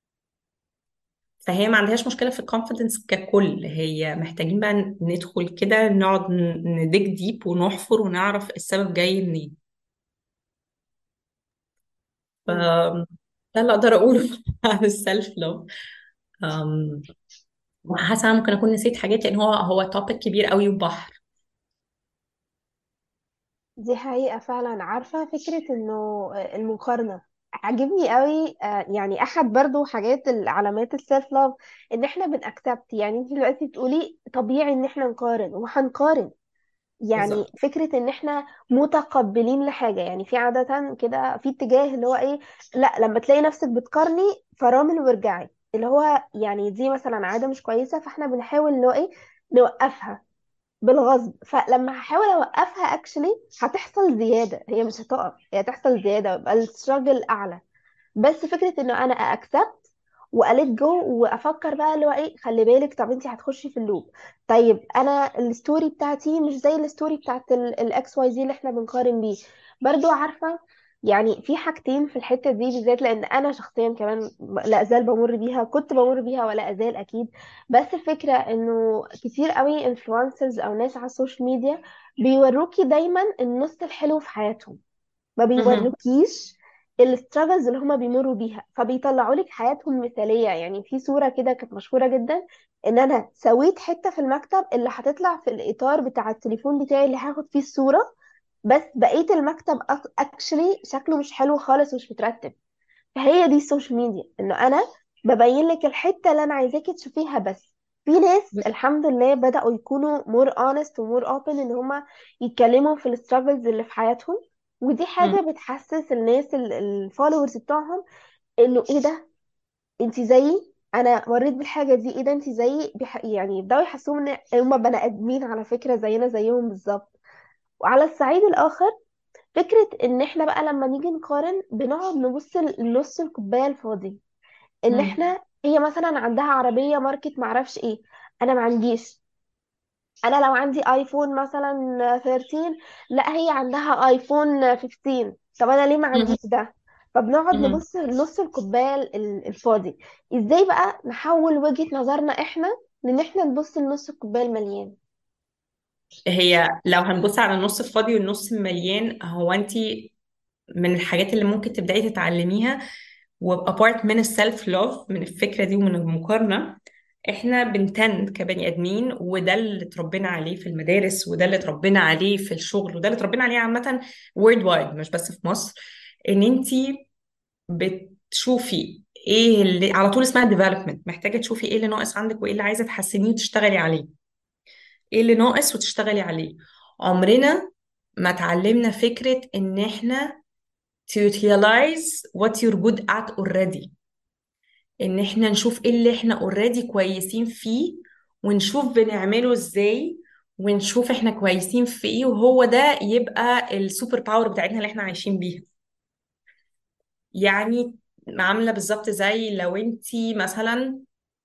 فهي ما عندهاش مشكلة في الكونفيدنس ككل، هي محتاجين بقى ندخل كده نقعد نديك ديب ونحفر ونعرف السبب جاي منين. ف مم. ده اللي اقدر اقوله عن السيلف لوف. حاسة أنا ممكن اكون نسيت حاجات لان هو هو توبيك كبير قوي وبحر. دي حقيقة فعلا. عارفة فكرة انه المقارنة عجبني قوي. آه، يعني احد برضو حاجات العلامات السيلف لاف ان احنا بنأكسبت. يعني انت دلوقتي بتقولي طبيعي ان احنا نقارن وهنقارن. يعني بالظبط. فكرة ان احنا متقبلين لحاجة. يعني في عادة كده في اتجاه اللي هو ايه، لا لما تلاقي نفسك بتقارني فرامل وارجعي. اللي هو يعني دي مثلا عادة مش كويسة، فاحنا بنحاول اللي هو ايه نوقفها بالغصب. فلما هحاول اوقفها اكشلي هتحصل زيادة، هي مش هتقف، هي هتحصل زيادة ويبقى الستراجل اعلى. بس فكرة انه انا اكسبت وقالت جو وافكر بقى اللي هو ايه، خلي بالك طب انت هتخشي في اللوب. طيب انا الستوري بتاعتي مش زي الستوري بتاعت الاكس واي زي اللي احنا بنقارن بيه. برضو عارفة يعني في حاجتين في الحتة دي بالذات، لان انا شخصيا كمان لا ازال بمر بيها، كنت بمر بيها ولا ازال اكيد. بس الفكرة انه كتير قوي انفلونسرز او ناس على السوشيال ميديا بيوروكي دايما النص الحلو في حياتهم، ما مهم. بيوريكيش الستراجلز اللي هما بيمروا بيها. فبيطلعوا لك حياتهم مثالية. يعني في صورة كده كانت مشهورة جدا، ان انا سويت حتة في المكتب اللي هتطلع في الاطار بتاع التليفون بتاعي اللي هاخد فيه الصورة، بس بقية المكتب اكشلي شكله مش حلو خالص ومش مترتب. فهي دي السوشيال ميديا، انه انا ببين لك الحتة اللي انا عايزاكي تشوفيها بس. في ناس الحمد لله بدأوا يكونوا more honest و more open ان هما يتكلموا في الستراجلز اللي في حياتهم. ودي مم. حاجة بتحسس الناس الفولورز بتوعهم انه ايه ده، انتي زيي، انا مريت بالحاجة دي، ايه ده انتي زيي. بيح... يعني يبدأوا يحسوهم ان هما بني ادمين على فكرة زينا زيهم بالظبط. وعلى الصعيد الاخر فكرة ان احنا بقى لما نيجي نقارن بنقعد نبص لنص الكوباية الفاضي. ان مم. احنا هي مثلا عندها عربية ماركت معرفش ايه، انا ما عنديش. انا لو عندي ايفون مثلا تلتاشر، لا هي عندها ايفون خمستاشر، طب انا ليه ما مهم. عنديش ده؟ فبنقعد مهم. نبص لنص الكوباية ال- الفاضي. ازاي بقى نحول وجهة نظرنا احنا ان احنا نبص لنص الكوبايه المليان. هي لو هنبص على النص الفاضي والنص المليان، هو انت من الحاجات اللي ممكن تبدأي تتعلميها وابارت من السيلف لوف، من الفكرة دي ومن المقارنة. احنا بنتند كبني ادمين، وده اللي اتربينا عليه في المدارس، وده اللي اتربينا عليه في الشغل، وده اللي اتربينا عليه عامة وورلد وايد مش بس في مصر. ان انتي بتشوفي ايه اللي على طول اسمها ديفلوبمنت، محتاجة تشوفي ايه اللي ناقص عندك وايه اللي عايزة تحسنيه وتشتغلي عليه. ايه اللي ناقص وتشتغلي عليه. عمرنا ما اتعلمنا فكرة ان احنا to utilize what you're good at already. ان احنا نشوف ايه اللي احنا already كويسين فيه، ونشوف بنعمله ازاي، ونشوف احنا كويسين في ايه، وهو ده يبقى السوبر باور بتاعتنا اللي احنا عايشين بيها. يعني عاملة بالظبط زي لو انتي مثلا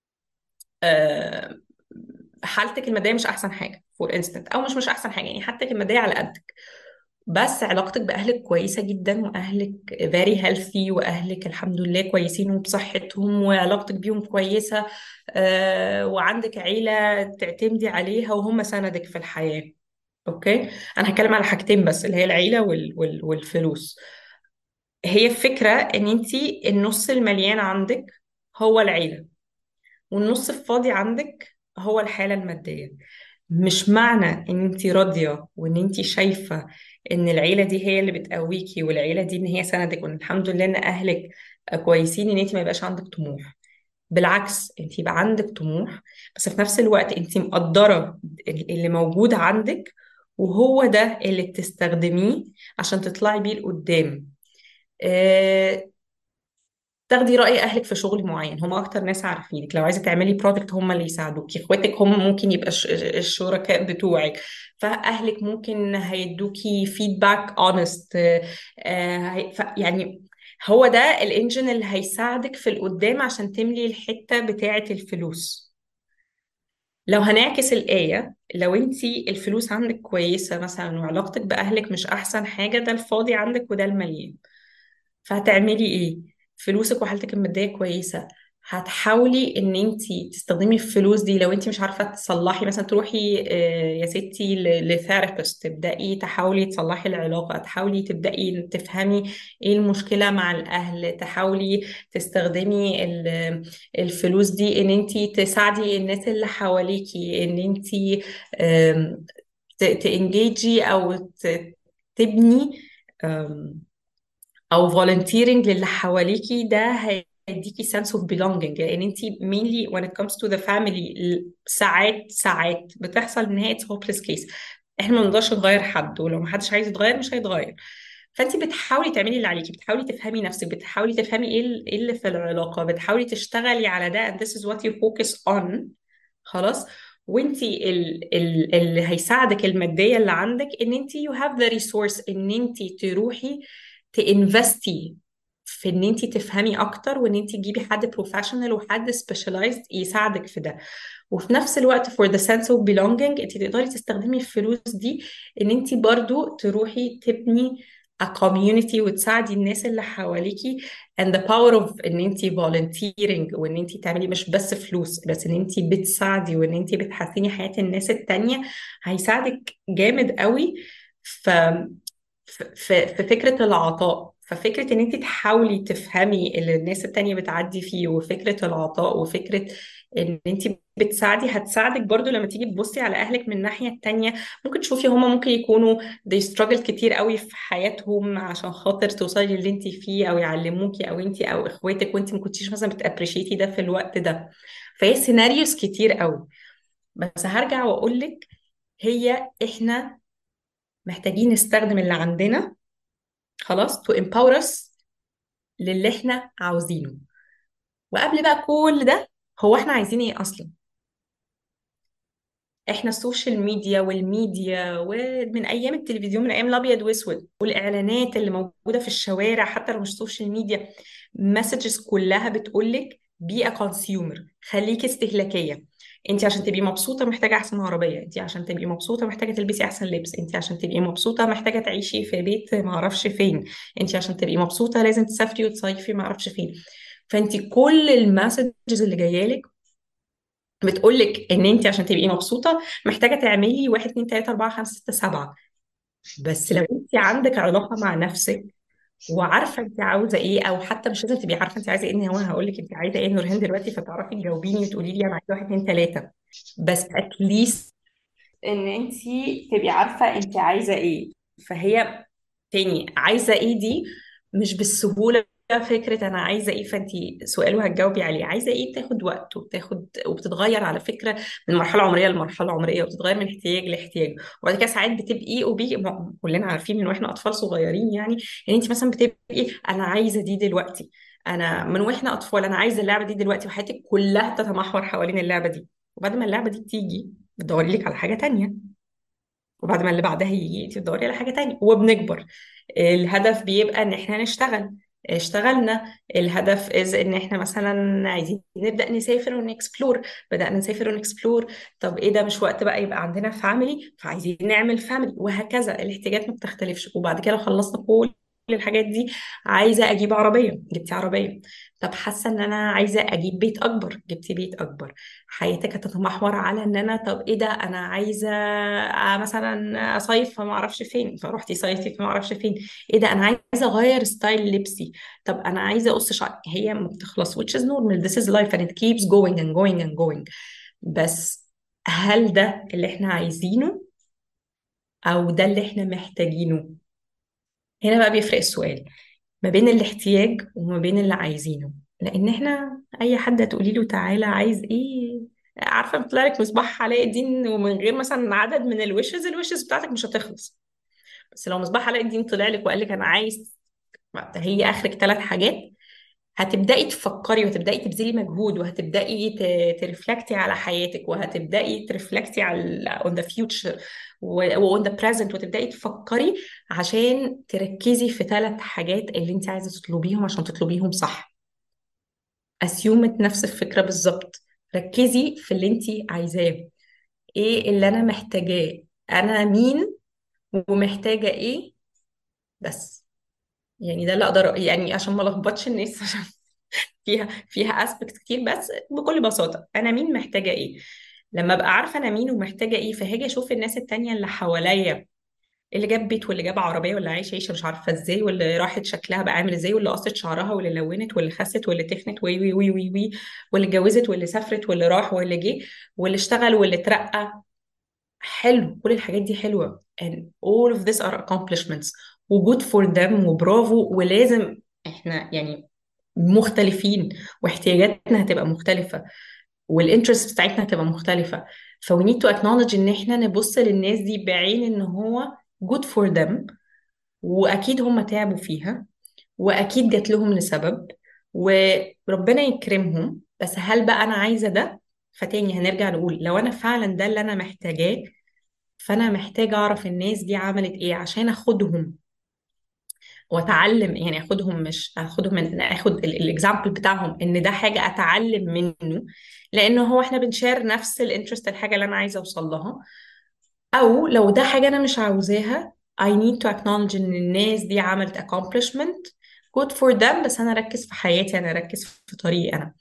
آه، حالتك المادية مش أحسن حاجة فور انستنت، أو مش مش أحسن حاجة، يعني حالتك المادية على قدك، بس علاقتك بأهلك كويسة جدا، وأهلك very healthy، وأهلك الحمد لله كويسين وبصحتهم وعلاقتك بيهم كويسة، آه، وعندك عيلة تعتمدي عليها وهم سندك في الحياة. أوكي. أنا هتكلم على حاجتين بس، اللي هي العيلة وال وال والفلوس. هي الفكرة إن أنتي النص المليان عندك هو العيلة، والنص الفاضي عندك هو الحالة المادية. مش معنى ان انت راضية وان انت شايفة ان العيلة دي هي اللي بتقويكي، والعيلة دي ان هي سندك، وان الحمد لله ان اهلك كويسين، ان انت ما يبقاش عندك طموح. بالعكس، انت يبقى عندك طموح، بس في نفس الوقت انت مقدرة اللي موجود عندك، وهو ده اللي بتستخدميه عشان تطلعي بيه لقدام. آه، تاخدي رأي أهلك في شغل معين، هم أكتر ناس عارفينك. لو عايزة تعملي بروجكت هم اللي يساعدوكي، إخواتك هم ممكن يبقى الش- الشركاء بتوعك، فأهلك ممكن هيدوكي فيدباك اونست. يعني هو ده الانجن اللي هيساعدك في القدام عشان تملي الحتة بتاعة الفلوس. لو هنعكس الآية، لو انتي الفلوس عندك كويسة مثلا وعلاقتك بأهلك مش أحسن حاجة، ده الفاضي عندك وده المليان. فهتعملي ايه؟ فلوسك وحالتك المادية كويسة، هتحاولي ان انت تستخدمي الفلوس دي. لو انت مش عارفة تصلحي مثلا، تروحي آه، يا ستي لثيرابيست، تبدأي تحاولي تصلحي العلاقة، تحاولي تبدأي تفهمي ايه المشكلة مع الأهل، تحاولي تستخدمي ال- الفلوس دي ان انت تساعدي الناس اللي حواليكي، ان انت تانجيجي او ت- تبني او volunteering للي حواليكي. ده هيديكي sense of belonging، لان انت mainly when it comes to the family ساعات ساعات بتحصل ان هي it's hopeless case. احنا ما نقدرش نغير حد، ولو ما حدش عايز يتغير مش هيتغير. فانت بتحاولي تعملي اللي عليكي، بتحاولي تفهمي نفسك، بتحاولي تفهمي ايه ال- إيه اللي في العلاقة، بتحاولي تشتغلي على ده and this is what you focus on. خلاص. وانتي ال ال اللي هيساعدك المادية اللي عندك ان انتي you have the resource ان انتي تروحي تinvestي في ان انتي تفهمي اكتر، وان انتي تجيبي حد بروفيشنال وحد specialized يساعدك في ده. وفي نفس الوقت for the sense of belonging، انتي تقدري تستخدمي الفلوس دي ان انتي برضو تروحي تبني a community وتساعدي الناس اللي حواليكي. and the power of ان انتي volunteering، وان انتي تعملي مش بس فلوس، بس ان انتي بتساعدي وان انتي بتحسني حياة الناس التانية، هيساعدك جامد قوي ف في في فكرة العطاء. ففكرة ان انت تحاولي تفهمي اللي الناس التانية بتعدي فيه، وفكرة العطاء، وفكرة ان انت بتساعدي، هتساعدك برضو لما تيجي تبصي على اهلك من الناحية التانية. ممكن تشوفي هما ممكن يكونوا they struggle كتير قوي في حياتهم عشان خاطر توصلي للي انت فيه، او يعلموكي، او انت او اخواتك، وانت ما كنتيش مثلا بتابريشيتي ده في الوقت ده. فهي سيناريوز كتير قوي. بس هرجع واقول لك، هي احنا محتاجين نستخدم اللي عندنا، خلاص، to empower us للي احنا عاوزينه. وقبل بقى كل ده، هو احنا عايزين ايه اصلا؟ احنا السوشيال ميديا والميديا، ومن ايام التلفزيون، من ايام الابيض واسود، والاعلانات اللي موجوده في الشوارع، حتى لو مش سوشيال ميديا، مسجز كلها بتقولك بي ا كونسيومر، خليكي استهلاكيه. انت عشان تبقي مبسوطه محتاجه احسن عربيه، انت عشان تبقي مبسوطه محتاجه تلبسي احسن لبس، انت عشان تبقي مبسوطه محتاجه تعيشي في بيت ما اعرفش فين، انت عشان تبقي مبسوطه لازم تسافري وتصيفي ما اعرفش فين. فانت كل المسجز اللي جايه لك بتقولك ان انت عشان تبقي مبسوطه محتاجه تعملي واحد اتنين تلاته اربعه خمسه سته سبعه. بس لو انت عندك علاقه مع نفسك وعارفه انت عاوزه ايه، او حتى مش لازم تبقي عارفه انت عايزه ايه، ان هو هقول لك انت عايزه ايه نورهان دلوقتي فتعرفي تجاوبيني وتقولي لي انا عايزه واحد اتنين تلاته. بس اتليست ان انت تبقي عارفه انت عايزه ايه. فهي تاني عايزه ايه دي مش بالسهوله. فكره انا عايزه ايه فانت سؤال وهتجاوبي عليه. عايزه ايه بتاخد وقت وبتاخد وبتتغير على فكره من مرحله عمريه لمرحله عمريه، وبتتغير من احتياج لاحتياج. وبعد كده ساعات بتبقي وبي ما- كلنا عارفين من واحنا اطفال صغيرين يعني ان انت مثلا بتبقي انا عايزه دي دلوقتي. انا من واحنا اطفال انا عايزه اللعبه دي دلوقتي، وحياتك كلها تتمحور حوالين اللعبه دي. وبعد ما اللعبه دي بتيجي بتدوري لك على حاجه تانية، وبعد ما اللي بعدها يجي انت تدوري على حاجه تانية وبنكبر. الهدف بيبقى ان احنا نشتغل. اشتغلنا الهدف از ان احنا مثلا عايزين نبدا نسافر ونكسبلور. بدانا نسافر ونكسبلور. طب ايه ده مش وقت بقى يبقى عندنا فاميلي فعايزين نعمل فاميلي، وهكذا الاحتياجات ما بتختلفش. وبعد كده لو خلصنا كل الحاجات دي عايزه اجيب عربيه، جبتي عربيه. طب حاسه ان انا عايزه اجيب بيت اكبر، جبتي بيت اكبر. حياتك هتتمحور على ان انا طب ايه ده انا عايزه آه، مثلا اصيف فما اعرفش فين، فروحتي صيفتي فما اعرفش فين. ايه ده انا عايزه اغير ستايل لبسي. طب انا عايزه اقص شعري. هي ما بتخلص which is normal this is life and it keeps going and going and going. بس هل ده اللي احنا عايزينه او ده اللي احنا محتاجينه؟ هنا بقى بيفرق السؤال ما بين الاحتياج وما بين اللي عايزينه. لان احنا اي حد هتقولي له تعالى عايز ايه، عارفه بيطلع لك مصباح علاء الدين ومن غير مثلا عدد من الوشز الوشز بتاعتك مش هتخلص. بس لو مصباح علاء الدين طلع لك وقال لك انا عايز، هي اخرك ثلاث حاجات، هتبداي تفكري وهتبداي تبذلي مجهود وهتبداي ت- ترفلكتي على حياتك وهتبداي ترفلكتي على on the future و on the present، وتبداي تفكري عشان تركزي في ثلاث حاجات اللي انت عايزه تطلبيهم عشان تطلبيهم صح. اسيومت نفس الفكره بالظبط. ركزي في اللي انت عايزاه. ايه اللي انا محتاجاه؟ انا مين ومحتاجه ايه؟ بس يعني ده اللي اقدر يعني عشان ما لخبطش الناس عشان فيها فيها اسبكت كتير. بس بكل بساطه انا مين محتاجه ايه. لما ابقى عارفه انا مين ومحتاجه ايه فهاجي اشوف الناس التانية اللي حواليا، اللي جاب بيت واللي جاب عربيه واللي عايشه عيشه مش عارفه ازاي واللي راحت شكلها بقى عامل ازاي واللي قصت شعرها واللي لونت واللي خست واللي تخنت وي وي وي وي وي واللي اتجوزت واللي سافرت واللي راح واللي جه واللي اشتغل واللي اترقى. حلو كل الحاجات دي حلوه and all of these are accomplishments و good for them وبرافو. ولازم احنا يعني مختلفين واحتياجاتنا هتبقى مختلفة والانترست بتاعتنا هتبقى مختلفة. ف we need to acknowledge ان احنا نبص للناس دي بعين ان هو good for them، واكيد هم تعبوا فيها واكيد جات لهم لسبب وربنا يكرمهم. بس هل بقى انا عايزة ده؟ فتاني هنرجع نقول لو انا فعلا ده اللي انا محتاجاه فانا محتاجة اعرف الناس دي عملت ايه عشان اخدهم واتعلم. يعني اخدهم مش اخدهم من اخد الاكزامبل بتاعهم ان ده حاجه اتعلم منه، لانه هو احنا بنشير نفس الانترست الحاجه اللي انا عايزه اوصل لها. او لو ده حاجه انا مش عاوزاها I need to acknowledge ان الناس دي عملت accomplishment good for them، بس انا اركز في حياتي، انا اركز في طريقي انا.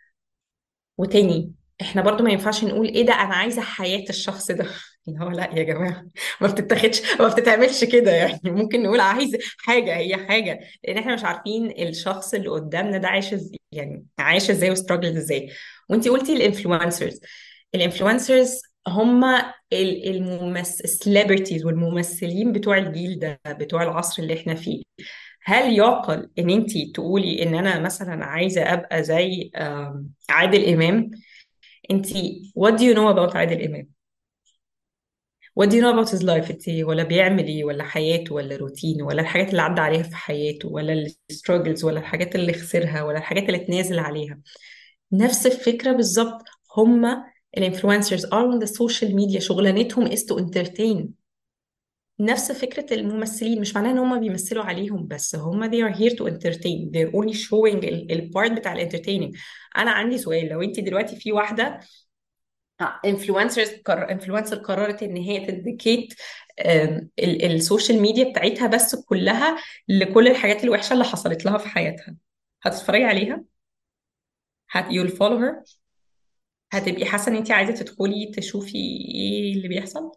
وتاني احنا برضو ما ينفعش نقول ايه ده انا عايزه حياه الشخص ده اللي هو لا يا جماعه ما بتتاخدش ما بتتعملش كده. يعني ممكن نقول عايز حاجه هي حاجه لان احنا مش عارفين الشخص اللي قدامنا ده عايش ازاي، يعني عايش ازاي وستراجل ازاي. وانتي قلتي الانفلونسرز. الانفلونسرز هم الممثل السليبرتيز والممثلين بتوع الجيل ده بتوع العصر اللي احنا فيه. هل يعقل ان انت تقولي ان انا مثلا عايزه ابقى زي آم، عادل امام؟ انت what do you know about عادل امام؟ what do you know about his life؟ انت ولا بيعمل ايه ولا حياته ولا روتينه ولا الحاجات اللي عدى عليها في حياته ولا الستراجلز ولا الحاجات اللي خسرها ولا الحاجات اللي اتنازل عليها؟ نفس الفكره بالظبط. هما الانفلونسرز are on the social media شغلانتهم is to entertain. نفس فكرة الممثلين مش معناه ان هم بيمثلوا عليهم، بس هم they are here to entertain they're only showing ال- البارت بتاع الانترتيننج. انا عندي سؤال، لو انت دلوقتي في واحدة انفلونسرز انفلونسر قررت ان هي تديكيت السوشيال ميديا بتاعتها بس كلها لكل الحاجات الوحشة اللي حصلت لها في حياتها، هتتفرجي عليها؟ هت you'll follow her؟ هتبقي حاسه ان انت عايزه تدخلي تشوفي ايه اللي بيحصل.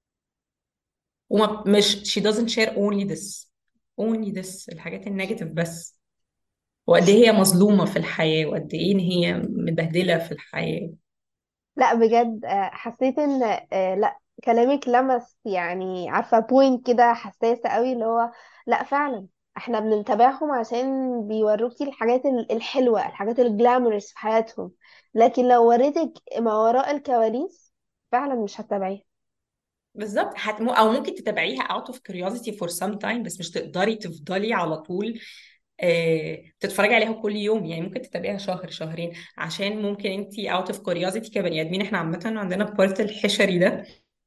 ومش she doesn't share only this only this الحاجات النيجاتيف بس، وقد ايه هي مظلومه في الحياه، وقد ايه ان هي مبهدله في الحياه. لا بجد، آه، حسيت ان آه، لا كلامك لمس، يعني عارفة بوينت كده حساسة قوي، اللي هو لا فعلا احنا بنتابعهم عشان بيوروكي الحاجات ال- الحلوة، الحاجات الجلامرس في حياتهم، لكن لو وريتك ما وراء الكواليس فعلا مش هتتابعيها. بالظبط. هتمو او ممكن تتابعيها out of curiosity for some time، بس مش تقدري تفضلي على طول آه، تتفرجي عليها كل يوم. يعني ممكن تتابعيها شهر شهرين، عشان ممكن انت out of curiosity كبني ادمين، احنا عامه عندنا بارت الحشري ده،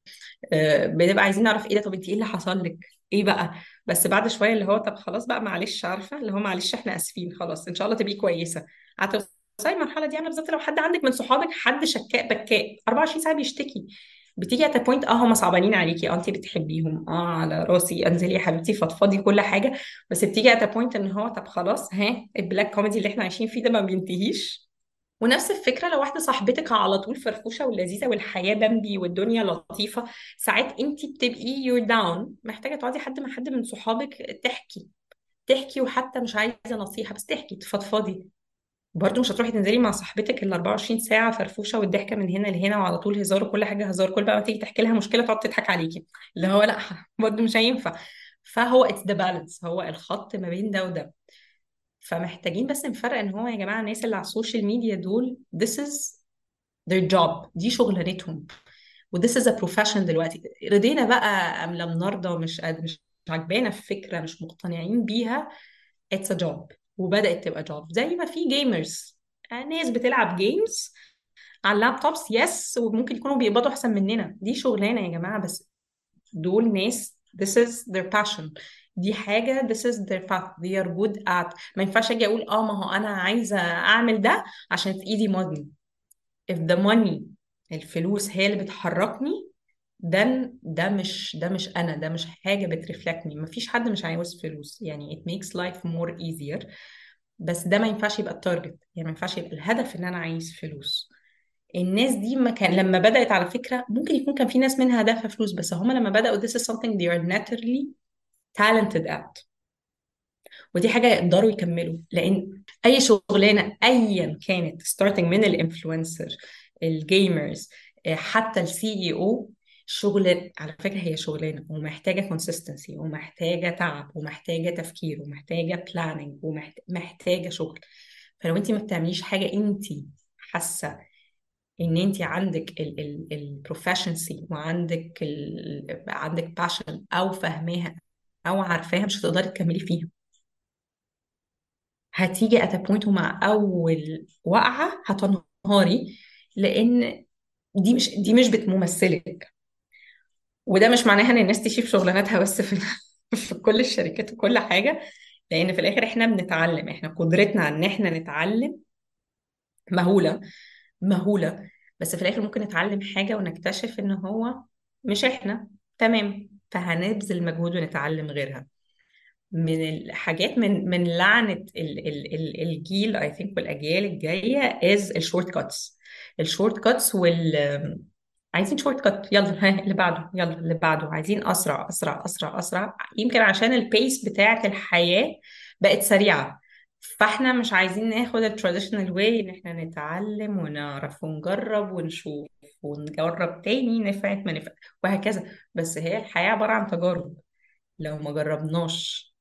آه، بنبقى عايزين نعرف ايه ده، طب انت ايه اللي حصل لك، ايه بقى. بس بعد شويه اللي هو طب خلاص بقى معلش، عارفه اللي هو معلش احنا اسفين، خلاص ان شاء الله تبقي كويسه. هتوصلي المرحله دي، انا بالذات لو حد عندك من صحابك حد شكاء بكاء اربعة وعشرين ساعه بيشتكي، بتيجي ات بوينت اه هم صعبانين عليكي، اه انت بتحبيهم، اه على راسي، انزلي يا حبيبتي فضفضي كل حاجه. بس بتيجي ات بوينت ان هو طب خلاص، ها البلاك كوميدي اللي احنا عايشين فيه ده ما بينتهيش. ونفس الفكرة لو واحدة صاحبتك على طول فرفوشة ولذيذة والحياة بمبي والدنيا لطيفة، ساعات انت بتبقي you're down، محتاجة تقعدي حد مع حد من صحابك تحكي، تحكي وحتى مش عايزة نصيحة بس تحكي تفضفضي. برضه مش هتروحي تنزلي مع صاحبتك ال اربعة وعشرين ساعة فرفوشة والضحكة من هنا لهنا وعلى طول هزار وكل حاجة هزار، كل بقى ما تيجي تحكي لها مشكلة تقعد تضحك عليكي، اللي هو لا برضه مش هينفع. فهو it's the balance، هو الخط ما بين ده وده. فمحتاجين بس نفرق ان هو يا جماعة الناس اللي على السوشيال ميديا دول this is their job، دي شغلانتهم، و this is a profession. دلوقتي رضينا بقى ام لم نرضى، مش قاد مش عجبانا الفكره، مش مقتنعين بيها، it's a job. وبدأت تبقى job زي ما في جيمرز، ناس بتلعب جيمز على اللابتوبس يس، وممكن يكونوا بيقبضوا احسن مننا، دي شغلانه يا جماعه، بس دول ناس this is their passion، دي حاجة this is their path they are good at. ما ينفعش اجي اقول اه ما هو انا عايزة اعمل ده عشان في ايدي money. if the money، الفلوس هي اللي بتحركني، ده ده مش ده مش انا، ده مش حاجه بترفلكتني. مفيش حد مش عاوز فلوس، يعني it makes life more easier، بس ده ما ينفعش يبقى التارجت، يعني ما ينفعش يبقى الهدف ان انا عايز فلوس. الناس دي ما كان لما بدأت على فكرة، ممكن يكون كان في ناس منها هدفها فلوس، بس هم لما بدأوا this is something they are naturally talented at، ودي حاجة يقدروا يكملوا. لأن أي شغلانة أيا كانت ستارتنج من الانفلونسر، الجيمرز، حتى السي اي او، شغل على فكرة هي شغلانة ومحتاجة كونسيستنسي ومحتاجة تعب ومحتاجة تفكير ومحتاجة بلاننج ومحتاجة شغل. فلو انت ما بتعمليش حاجة انت حاسة ان انت عندك البروفيشنسي وعندك ال عندك باشن او فاهماها او عارفاها، مش هتقدري تكملي فيها. هتيجي at a point ومع اول وقعه هتنهاري، لان دي مش دي مش بتمثلك. وده مش معناها ان الناس تشيف شغلاناتها بس في في كل الشركات وكل حاجه، لان في الاخر احنا بنتعلم، احنا قدرتنا على ان احنا نتعلم مهوله مهوله. بس في الاخر ممكن نتعلم حاجه ونكتشف ان هو مش احنا، تمام، فهنبذل مجهود ونتعلم غيرها. من الحاجات، من من لعنة ال ال ال الجيل اي ثينك والاجيال الجاية از الشورت كاتس. الشورت كاتس وال عايزين شورت كات، يلا ها اللي بعده، يلا اللي بعده، عايزين اسرع اسرع اسرع اسرع، يمكن عشان البيس بتاعة الحياة بقت سريعة. فاحنا مش عايزين ناخد التراديشنال واي، ان احنا نتعلم ونعرف ونجرب ونشوف ونجرب تاني، نفعت ما نفعت وهكذا. بس هي الحياة عبارة عن تجارب، لو ما جربناش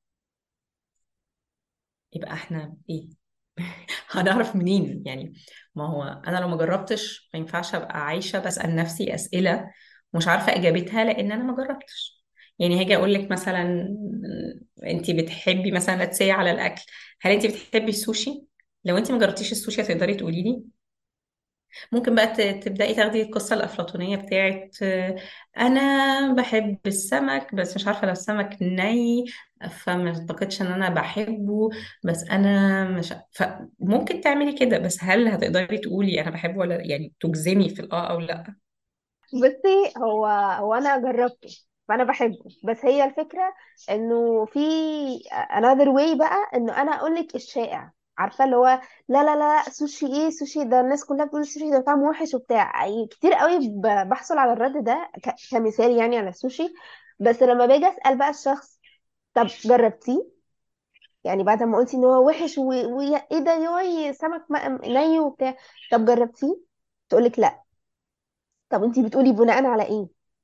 يبقى احنا ايه؟ هنعرف منين يعني؟ ما هو انا لو ما جربتش ما ينفعش ابقى عايشه بسال نفسي اسئله مش عارفه اجابتها لان انا ما جربتش. يعني هاجي اقول لك مثلا انت بتحبي مثلا تسي على الاكل، هل انت بتحبي السوشي؟ لو انت ما جربتيش السوشي هتقدري تقولي لي؟ ممكن بقى ت- تبدأي تاخدي القصة الأفلاطونية بتاعت آه، أنا بحب السمك بس مش عارفة لو السمك ني فما أعتقدش إن أنا بحبه، بس أنا مش فممكن تعملي كده، بس هل هتقدري تقولي أنا بحبه ولا يعني تجزمي في الآه أو لأ؟ بصي، هو هو انا جربته فانا بحبه، بس هي الفكره انه في another way بقى، انه انا اقول لك الشائع عارفه اللي هو لا لا لا سوشي ايه سوشي ده، الناس كلها بتقول السوشي ده طعمه وحش وبتاع. أي- كتير قوي ب- بحصل على الرد ده ك- كمثال يعني على السوشي. بس لما باجي اسال بقى الشخص، طب جربتيه؟ يعني بعد ما قلتي ان هو وحش و... و... ايه ده يوي سمك م- ني وبتاع، طب جربتيه؟ تقولك لا. طب انتي بتقولي بناء على ايه؟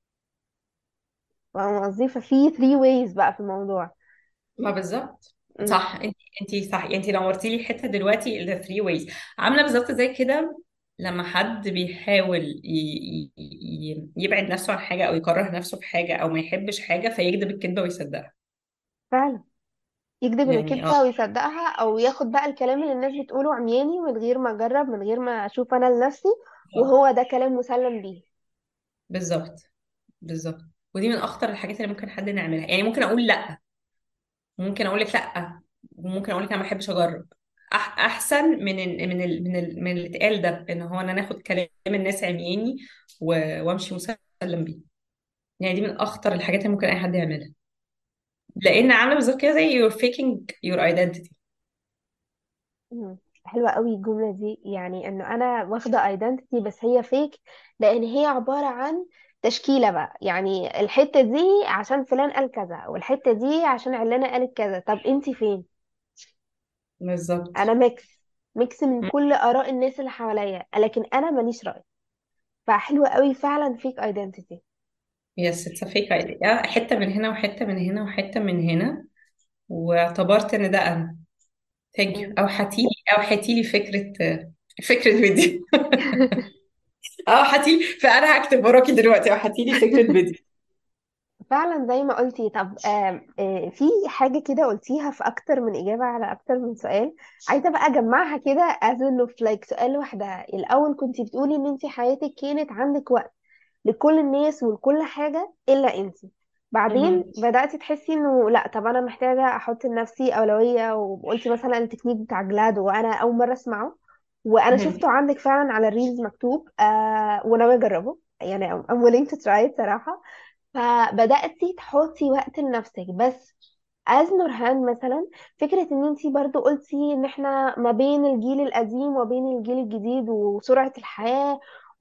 فاهمة قصدي؟ ففي ثري ways بقى في الموضوع. ما بالظبط. امم. صح، انت انت صح، انت نورتي لي حته دلوقتي الثري ويز. عامله بالظبط زي كده لما حد بيحاول ي... ي... ي- يبعد نفسه عن حاجه او يكره نفسه في حاجه او ما يحبش حاجه فيكذب الكذبه ويصدقها. فعلا. يكذب يعني اه الكذبة ويصدقها، او ياخد بقى الكلام اللي الناس بتقوله عمياني من غير ما اجرب، من غير ما اشوف انا لنفسي، آه، وهو ده كلام مسلم بيه. بالظبط. بالظبط. ودي من اخطر الحاجات اللي ممكن حد نعملها. يعني ممكن اقول لا، ممكن اقول لك لا، وممكن اقول لك انا ما بحبش اجرب. أح احسن من ال من ال من ال من اللي اتقال ده، ان هو انا ناخد كلام الناس عمياني و- وامشي مسلم بيه. يعني دي من اخطر الحاجات اللي ممكن اي حد يعملها، لان عامله بالظبط كده زي you're faking your identity. مم. حلوة قوي الجملة دي، يعني انه انا واخدة ايدنتيتي بس هي فيك، لان هي عبارة عن تشكيلة بقى. يعني الحتة دي عشان فلان قال كذا، والحتة دي عشان علانة قالت كذا. طب انتي فين؟ بالظبط. انا ميكس، ميكس من كل اراء الناس اللي حواليا، لكن انا ماليش رأي. فحلوة قوي فعلا فيك ايدنتيتي. يس اتس فيك ايديا، حته من هنا وحته من هنا وحته من هنا، واعتبرت ان ده انا. ثانك يو. او حتيلي او حتيلي فكره، فكره فيديو. اه حتيلي، فانا هكتب وراكي دلوقتي او حتيلي فكره فيديو. فعلا زي ما قلتي. طب آم، آه، في حاجة كده قلتيها في أكتر من إجابة على أكتر من سؤال، عايزة بقى أجمعها كده as إنه في like سؤال لوحدها. الأول كنتي بتقولي إن أنتي حياتك كانت عندك وقت لكل الناس ولكل حاجة إلا أنتي. بعدين مهم. بدأتي تحسي إنه لأ، طب أنا محتاجة أحط لنفسي أولوية، وقلتي مثلا التكنيك بتاع جلاد، وأنا أول مرة أسمعه، وأنا مهم. شفته عندك فعلا على الريلز مكتوب، آه وناوية أجربه. يعني I'm I'm willing to try it صراحة. فبدأتي تحطي وقت لنفسك. بس از نورهان مثلا، فكرة ان انتي برضو قلتي ان احنا ما بين الجيل القديم وبين الجيل الجديد وسرعة الحياة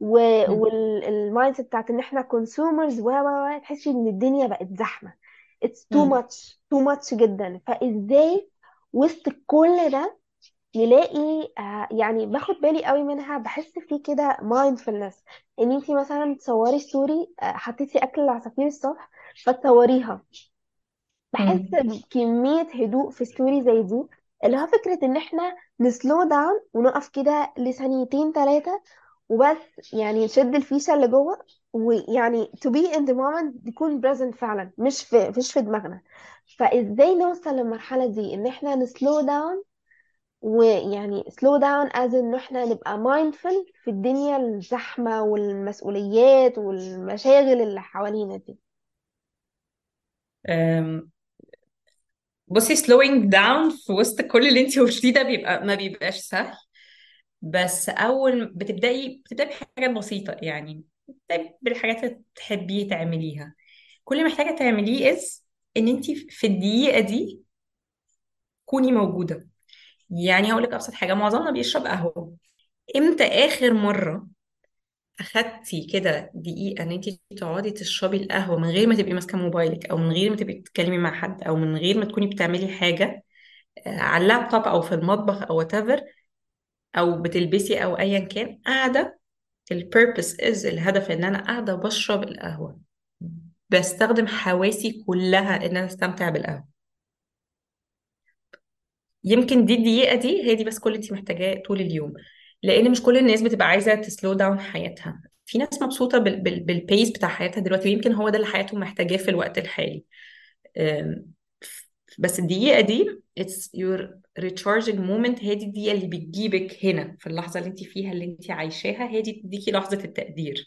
والمايند سيت بتاعت ان احنا كونسيومرز و و و تحسي ان الدنيا بقت زحمة. it's too مم. much too much جدا. فازاي وسط كل ده نلاقي آه يعني باخد بالي قوي منها، بحس فيه كده mindfulness. ان انتي مثلا تصوري ستوري، آه حطيتي اكل العصافير الصبح فتصوريها، بحس مم. بكمية هدوء في ستوري زي دي، اللي هو فكرة ان احنا نسلو داون ونقف كده لثانيتين ثلاثة وبس، يعني نشد الفيشة اللي جوه، ويعني to be in the moment، نكون present فعلا، مش في مش في دماغنا. فازاي نوصل للمرحلة دي ان احنا نسلو داون، ويعني slow down as ان احنا نبقى mindful في الدنيا الزحمة والمسؤوليات والمشاغل اللي حوالينا دي. أم، بصي slowing down في وسط كل اللي انتي قلتيه ده بيبقى ما بيبقاش سهل. بس اول بتبداي بتبداي بحاجات بسيطه، يعني بتبداي بالحاجات اللي تحبي تعمليها. كل اللي محتاجه تعمليه از ان انتي في الدقيقه دي كوني موجوده. يعني هقول لك ابسط حاجه، معظمنا بيشرب قهوه. امتى اخر مره اخدتي كده دقيقة ان انت تقعدي تشربي القهوة من غير ما تبقي ماسكة موبايلك او من غير ما تبقي بتتكلمي مع حد او من غير ما تكوني بتعملي حاجة آه، على اللابتوب او في المطبخ او whatever، او بتلبسي او ايا كان قاعدة؟ البيربس از الهدف ان انا قاعدة بشرب القهوة، بستخدم حواسي كلها ان انا استمتع بالقهوة. يمكن دي الدقيقة دي هي دي بس كل اللي انت محتاجاه طول اليوم. لان مش كل الناس بتبقى عايزة تسلو داون حياتها. في ناس مبسوطة بال بال بالبيس بتاع حياتها دلوقتي، ويمكن هو ده اللي حياتهم محتاجاه في الوقت الحالي. أم، بس الدقيقة دي it's your recharging moment. هي دي الدقيقة اللي بتجيبك هنا في اللحظة اللي انت فيها اللي انت عايشاها، هي دي تديكي لحظة التقدير.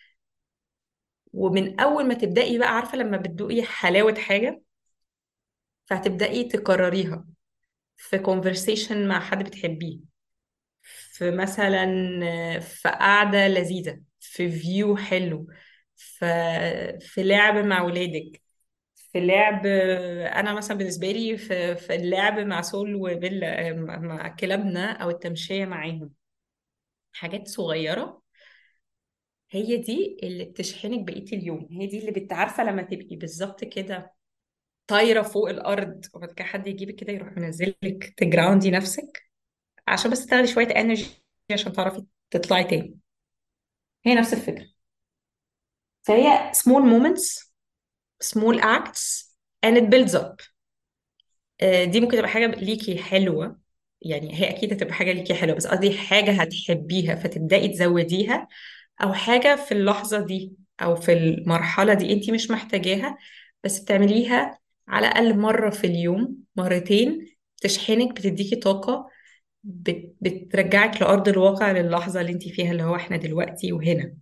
ومن أول ما تبدأي بقى، عارفة لما بتدوقي حلاوة حاجة فهتبدأي تكرريها في conversation مع حد بتحبيه، في مثلا في قعدة لذيذة، في فيو حلو، في في لعب مع ولادك، في لعب. انا مثلا بالنسبه لي في في اللعب مع سول وبيلا، مع مع كلابنا، او التمشيه معاهم، حاجات صغيره هي دي اللي بتشحنك بقيه اليوم. هي دي اللي بتعرفه لما تبقي بالظبط كده طايره فوق الارض، وبعد كده حد يجيبك كده يروح منزلك تجراوندي نفسك، عشان بس تاخدي شويه انرجي عشان تعرفي تطلعي تاني. هي نفس الفكره. فهي small moments, small acts, and it builds up. آه، دي ممكن تبقى حاجة ليكي حلوة، يعني هي أكيد هتبقى حاجة ليكي حلوة، بس قصدي حاجة هتحبيها فتبدأي تزوديها، أو حاجة في اللحظة دي أو في المرحلة دي أنتي مش محتاجاها، بس بتعمليها على الأقل مرة في اليوم، مرتين، تشحنك، بتديكي طاقة، بت بترجعك لأرض الواقع، للحظة اللي انتي فيها، اللي هو احنا دلوقتي وهنا.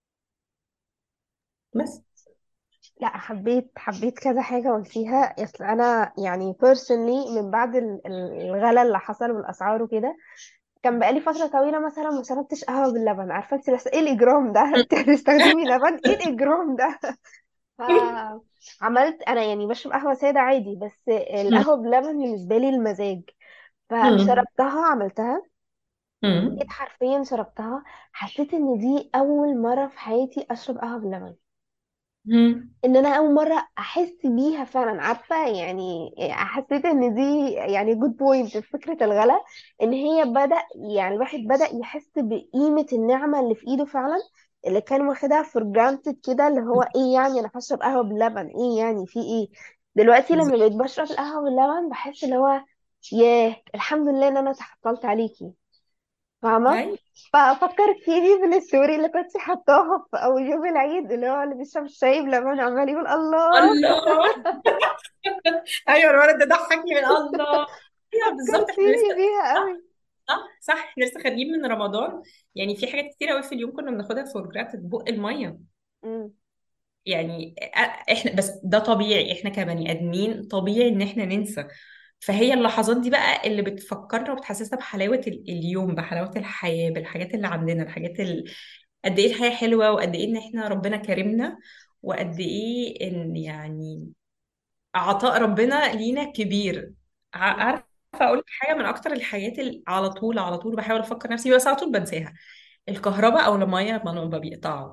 بس. لا، حبيت حبيت كذا حاجة قلتيها. اصل انا يعني personally من بعد ال- ال- الغلا اللي حصل والاسعار وكده، كان بقالي فترة طويلة مثلا ما شربتش قهوة باللبن. عارفة انت بس ايه الاجرام ده؟ انت هتستخدمي لبن؟ ايه الاجرام ده؟ فعملت انا يعني بشرب قهوة سادة عادي، بس القهوة باللبن بالنسبة لي المزاج. مم. فشربتها، عملتها، جيت مم. حرفيا شربتها، حسيت ان دي اول مرة في حياتي اشرب قهوة باللبن. مم. ان انا اول مره احس بيها فعلا، عارفه يعني. حسيت ان دي يعني جود بوينت في فكره الغلا، ان هي بدا يعني الواحد بدا يحس بقيمه النعمه اللي في ايده فعلا، اللي كان واخدها فور جرانتد كده، اللي هو ايه يعني انا هشرب قهوه باللبن، ايه يعني في ايه. دلوقتي لما بقيت بشرب القهوه باللبن بحس اللي هو ياه الحمد لله ان انا تحصلت عليكي، فاهمة؟ بالظبط. ففكرتيني بالستوري اللي كنت حطاها في أول يوم العيد، اللي هو اللي بيشرب الشاي بلبن عمال يقول الله. الله. ايوه الولد ده ضحكني من الله. ايوه بالظبط، احنا فكرتيني لسه. بيها صح. قوي. صح صح، احنا لسه خارجين من رمضان. يعني في حاجات كتير قوي في اليوم كنا بناخدها فور جرانتد، بق الميه. مم. يعني أ- احنا بس ده طبيعي، احنا كبني ادمين طبيعي ان احنا ننسى. فهي اللحظات دي بقى اللي بتفكرنا وبتحسسنا بحلاوه ال- اليوم، بحلاوه الحياه، بالحاجات اللي عندنا، الحاجات ال... قد ايه الحياه حلوه، وقد ايه ان احنا ربنا كرمنا، وقد ايه ان يعني عطاء ربنا لينا كبير. ع- مم. عارفه اقول لك حاجه من اكتر الحاجات اللي على طول على طول بحاول افكر نفسي، بس على طول بنساها: الكهرباء او الميه لما لما بيقطعوا.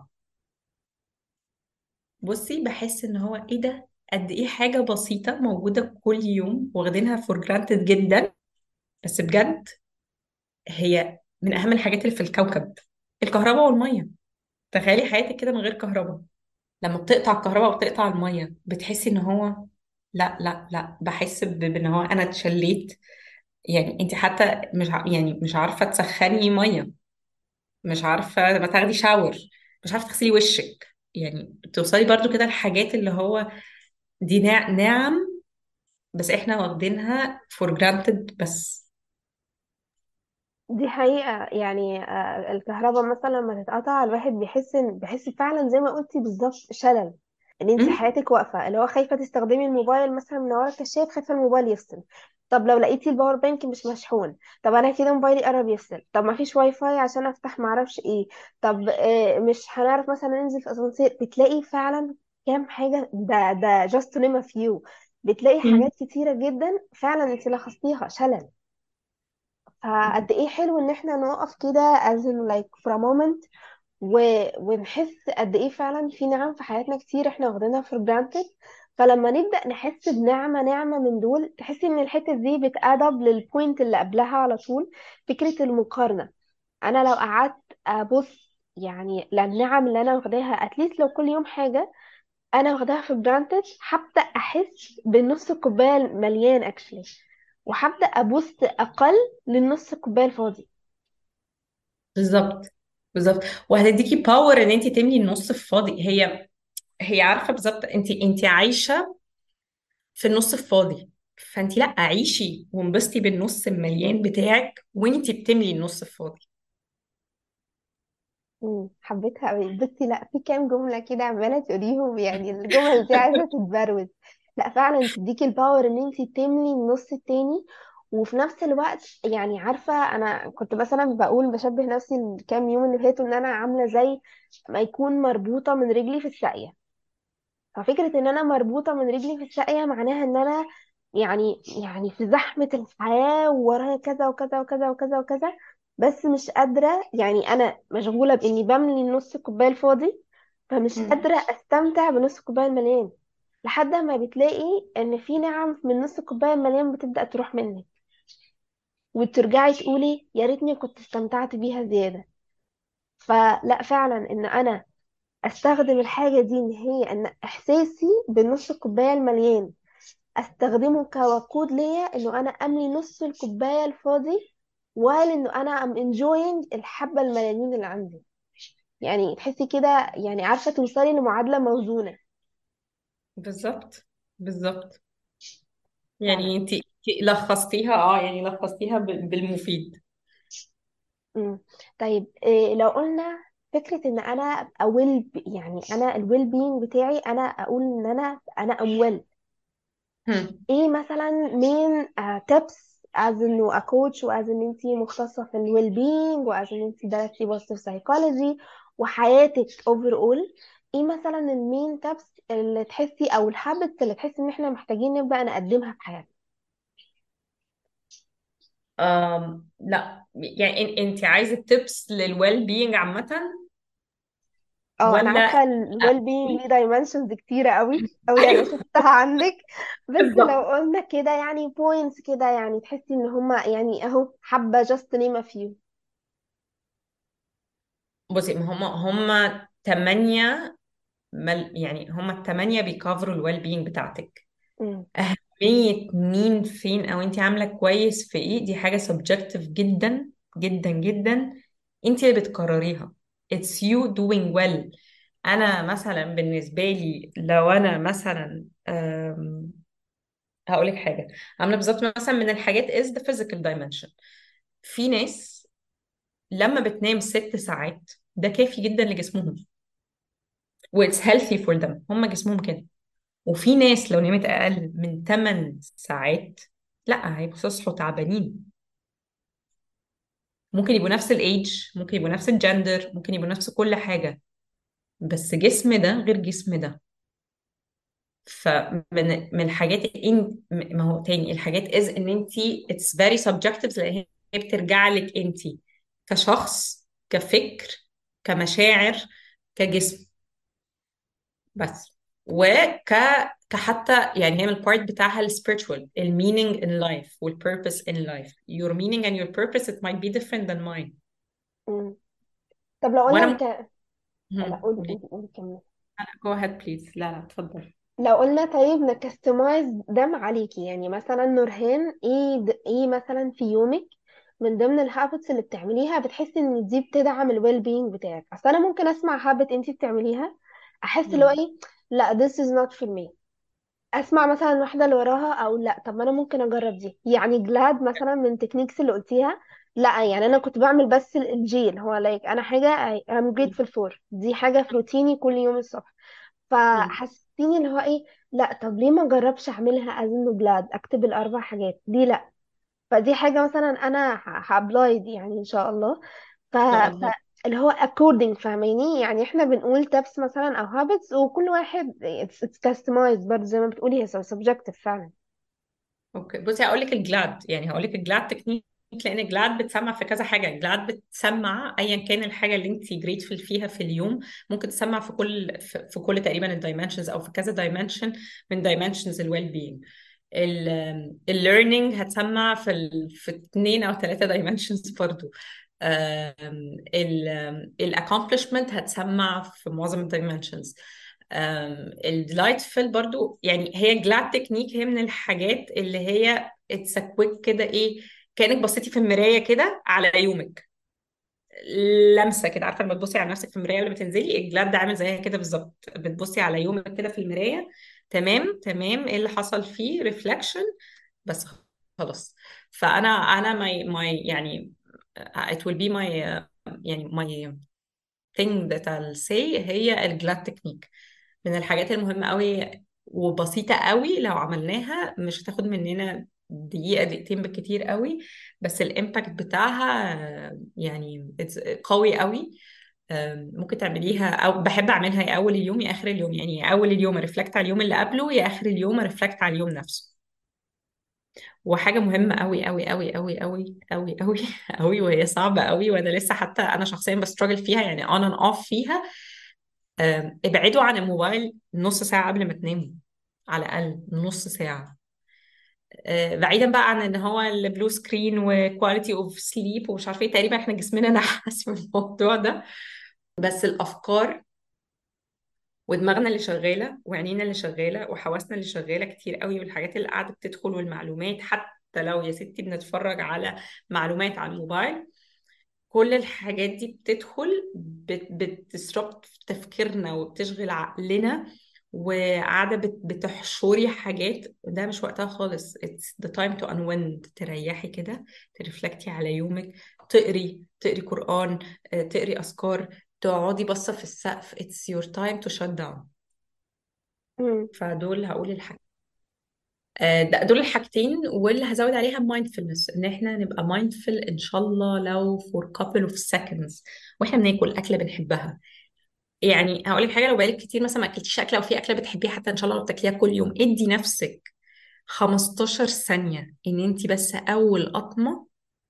بصي بحس ان هو ايه ده، قد ايه حاجه بسيطه موجوده كل يوم واخدينها فور جرانتد جدا، بس بجد هي من اهم الحاجات اللي في الكوكب. الكهرباء والميه. تخيلي حياتك كده من غير كهرباء. لما بتقطع الكهرباء وبتقطع الميه بتحسي ان هو، لا لا لا، بحس ب- بان هو انا اتشليت. يعني انت حتى مش ع- يعني مش عارفه تسخني ميه، مش عارفه ما تاخدي شاور، مش عارفه تغسلي وشك. يعني توصلي برضو كده الحاجات اللي هو دي نع- نعم، بس احنا واخدينها فور جرانتد بس. دي حقيقة يعني. آه، الكهرباء مثلا لما تتقطع الواحد بيحس إن- بيحس فعلا زي ما قلتي بالظبط شلل، ان انت مم. حياتك واقفة، اللي هو خايفة تستخدمي الموبايل مثلا من ورا الكشاف، خايفة الموبايل يفصل. طب لو لقيتي الباور بانك مش مشحون، طب انا كده موبايلي قرب يفصل، طب ما فيش واي فاي عشان افتح معرفش ايه، طب آه، مش هنعرف مثلا ننزل في اسانسير. بتلاقي فعلا كام حاجة، ده ده just to name a few. بتلاقي مم. حاجات كتيرة جدا فعلا انت لخصتيها شلل. فقد ايه حلو ان احنا نقف كده as in like for a moment، و... ونحس قد ايه فعلا في نعم في حياتنا كتير احنا واخدينها for granted. فلما نبدأ نحس بنعمة نعمة من دول، تحسي ان الحتة دي بتأدب للبوينت اللي قبلها على طول، فكرة المقارنة. انا لو قعدت ابص يعني للنعم اللي انا واخداها، اتليست لو كل يوم حاجة انا واخداها في جرانتد، هبدا احس بالنص الكوبايه المليان اكشلي، وهبدا ابص اقل للنص الكوبايه الفاضي. بالظبط. بالظبط. وهتديكي باور ان انت تملي النص الفاضي. هي هي عارفه بالظبط، انت انت عايشه في النص الفاضي، فانت لا، عيشي وانبسطي بالنص المليان بتاعك وانت بتملي النص الفاضي. امم حبيتها قوي. بصي لا، في كام جمله كده عماله تقوليهم يعني الجمل دي عايزه تتبروز. لا فعلا تديكي الباور ان انت تملي النص التاني. وفي نفس الوقت يعني عارفه، انا كنت مثلا بقول بشبه نفسي الكام يوم اللي فاتوا ان انا عامله زي ما يكون مربوطه من رجلي في الساقيه. ففكرة ان انا مربوطة من رجلي في الساقية معناها ان انا يعني يعني في زحمة الحياة وورايا كذا وكذا وكذا وكذا وكذا، بس مش قادرة، يعني انا مشغولة باني بملي النص الكوباية الفاضي، فمش مم. قادرة استمتع بنص الكوباية المليان، لحد ما بتلاقي ان في نعم من نص الكوباية المليان بتبدأ تروح منك، وترجعي تقولي يا ريتني كنت استمتعت بيها زيادة. فلا فعلا ان انا استخدم الحاجة دي ان هي ان احساسي بنص الكوباية المليان استخدمه كوقود ليا انه انا املي نص الكوباية الفاضي، وقال انه انا ام enjoying الحبة المليانين اللي عندي. يعني تحسي كده، يعني عارفة توصلي لمعادلة موزونة. بالظبط، بالظبط. يعني فعلا. انت لخصتيها، اه يعني لخصتيها ب- بالمفيد. مم. طيب إيه لو قلنا فكرة ان انا ابقى ويل، يعني انا الويل بينج بتاعي انا اقول ان انا انا امويل، هم. ايه مثلا مين تيبس از انه كوتش، واز ان انتي مختصه في الويل بينج، واز ان انتي درستي بوستيف سايكولوجي وحياتك اوفر اول، ايه مثلا المين تيبس اللي تحسي او الهابتس اللي تحسي ان احنا محتاجين نبدا نقدمها في حياتنا؟ آم لا يعني انت عايزه تيبس للويل بينج عامه اه انا ولا؟ عارفه الويل بينج ليه دايمنشنز كتيره قوي قوي، انا ايوه شفتها عندك، بس لو بالظبط. قلنا كده يعني بوينتس كده، يعني تحسي ان هما يعني اهو حابه جاست نيم ا فيو. بصي، ما هم هم تمانية، مل يعني هم التمانية بيكفروا الويل بينج بتاعتك. أهمية مين فين أو أنت عاملة كويس في إيه دي حاجة subjective جدا جدا جدا، أنت اللي بتقرريها. it's you doing well. أنا مثلا بالنسبة لي لو أنا مثلا أم، هقولك حاجة عاملة بالظبط مثلا من الحاجات is the physical dimension. في ناس لما بتنام ست ساعات ده كافي جدا لجسمهم و it's healthy for them، هم جسمهم كده. وفي ناس لو نامت اقل من ثماني ساعات لا هيبقوا يصحوا تعبانين. ممكن يبقوا نفس الايدج، ممكن يبقوا نفس الجندر، ممكن يبقوا نفس كل حاجة، بس جسم ده غير جسم ده. فمن من الحاجات إن ما هو تاني الحاجات از ان انت it's very subjective لان هي بترجع لك انت كشخص، كفكر، كمشاعر، كجسم بس. وك كحتى يعني هي من البارت بتاعها السبيريتشوال المينينج in life والpurpose in life. your meaning and your purpose it might be different than mine. مم. طب لو قلنا وانا م... نك... لا هم، قولي قولي. قولي قولي كمل. go ahead please. لا لا اتفضل. لو قلنا طيب نكستمايز ده عليكي، يعني مثلا نورهان ايه د... ايه مثلا في يومك من ضمن الهابتس اللي بتعمليها بتحسي ان دي بتدعم الويل بينج بتاعك؟ اصل انا ممكن اسمع هابت انتي بتعمليها احس اللي هو هم. ايه، لا this is not for me، اسمع مثلا واحده اللي وراها او لا طب ما انا ممكن اجرب دي، يعني جلاد مثلا من تكنيكس اللي قلتيها، لا يعني انا كنت بعمل بس ال- الجيل هو لايك انا حاجه I- I'm grateful for، دي حاجه في روتيني كل يوم الصبح، هم. فحسيتيني اللي هو ايه، لا طب ليه ما اجربش اعملها از انه بلاد اكتب الاربع حاجات دي، لا فدي حاجه مثلا انا هابلاي دي يعني ان شاء الله. ف... ان شاء ف الله. اللي هو according فاهماني، يعني احنا بنقول tips مثلا او habits وكل واحد it's, it's customized برضه زي ما بتقولي هي subjective فعلا. اوكي بصي هقول لك الجلاد، يعني هقول لك الجلاد تكنيك. لان الجلاد بتسمع في كذا حاجه. الجلاد بتسمع ايا كان الحاجه اللي انت جريتفul فيها في اليوم، ممكن تسمع في كل في, في كل تقريبا الدايمنشنز او في كذا دايمنشن من دايمنشنز الويل بينج. الليرنينج هتسمع في ال في اثنين او ثلاثه دايمنشنز برضو. الاكomplishment هتسمع في معظم الدايمنشنز. الديلايتفul برضو، يعني هي جلاد تكنيك هي من الحاجات اللي هي اتس كويك كده ايه، كأنك بصيتي في المراية كده على يومك، لمسة كده. عارفة لما تبصي على نفسك في المراية قبل ما تنزلي؟ الجلاد ده عامل زيها كده بالظبط، بتبصي على يومك كده في المراية. تمام تمام، ايه اللي حصل فيه ريفلكشن بس، خلاص. فانا انا ماي ماي يعني it will be my يعني my thing that I'll say هي الجلاد تكنيك. من الحاجات المهمة قوي وبسيطة قوي، لو عملناها مش هتاخد مننا دقيقة دقيقتين بالكتير قوي، بس الامباكت بتاعها يعني it's قوي قوي. أم، ممكن تعمليها، او بحب اعملها يا اول اليوم يا اخر اليوم. يعني يا اول اليوم ارفلكت على اليوم اللي قبله، يا اخر اليوم ارفلكت على اليوم نفسه. وحاجه مهمه قوي قوي قوي قوي قوي قوي قوي قوي، وهي صعبه قوي، وانا لسه حتى انا شخصيا بستراجل فيها، يعني اون اند اوف فيها. أم، ابعدوا عن الموبايل نص ساعه قبل ما تناموا، على الاقل نص ساعه. أه، بعيدا بقى عن ان هو البلو سكرين وكواليتي اوف سليب ومش عارفه ايه، تقريبا احنا جسمنا نحس في الموضوع ده. بس الافكار ودماغنا اللي شغاله وعينينا اللي شغاله وحواسنا اللي شغاله كتير قوي، والحاجات اللي قاعده بتدخل والمعلومات، حتى لو يا ستي بنتفرج على معلومات على الموبايل، كل الحاجات دي بتدخل بت بتسربت في تفكيرنا وبتشغل عقلنا، وقاعدة بت- بتحشري حاجات. ده مش وقتها خالص. it's the time to unwind، تريحي كده، ترفلكتي على يومك، تقري تقري قرآن، آه، تقري أذكار، تقعدي بصة في السقف. it's your time to shut down. مم. فدول هقول الحاجة. آه، ده- دول الحاجتين، واللي هزود عليها mindfulness، ان احنا نبقى mindful ان شاء الله لو for couple of seconds واحنا بناكل اكله بنحبها. يعني هقول لك حاجه، لو بقالك كتير مثلا ما اكلتيش اكله، وفي اكله بتحبيها حتى ان شاء الله لو بتاكليها كل يوم، ادي نفسك خمستاشر ثانيه ان انت بس اول قطمه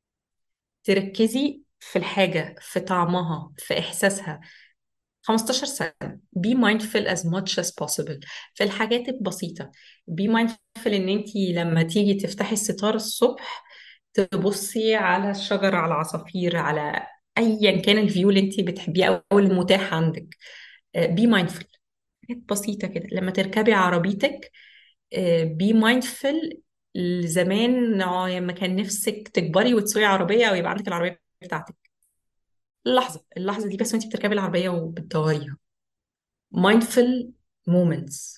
تركزي في الحاجه، في طعمها، في احساسها. خمستاشر ثانيه. be mindful as much as possible في الحاجات البسيطه. be mindful ان انت لما تيجي تفتحي الستار الصبح تبصي على الشجر، على العصافير، على ايا كان الفيو اللي انت بتحبيه او المتاح عندك. بي مايندفul. حاجات بسيطة كده. لما تركبي عربيتك بي مايندفul. زمان آه، لما كان نفسك تكبري وتسوقي عربية او يبقى عندك العربية بتاعتك، اللحظة اللحظة دي بس وانت بتركبي العربية وبتدوريها. mindful moments.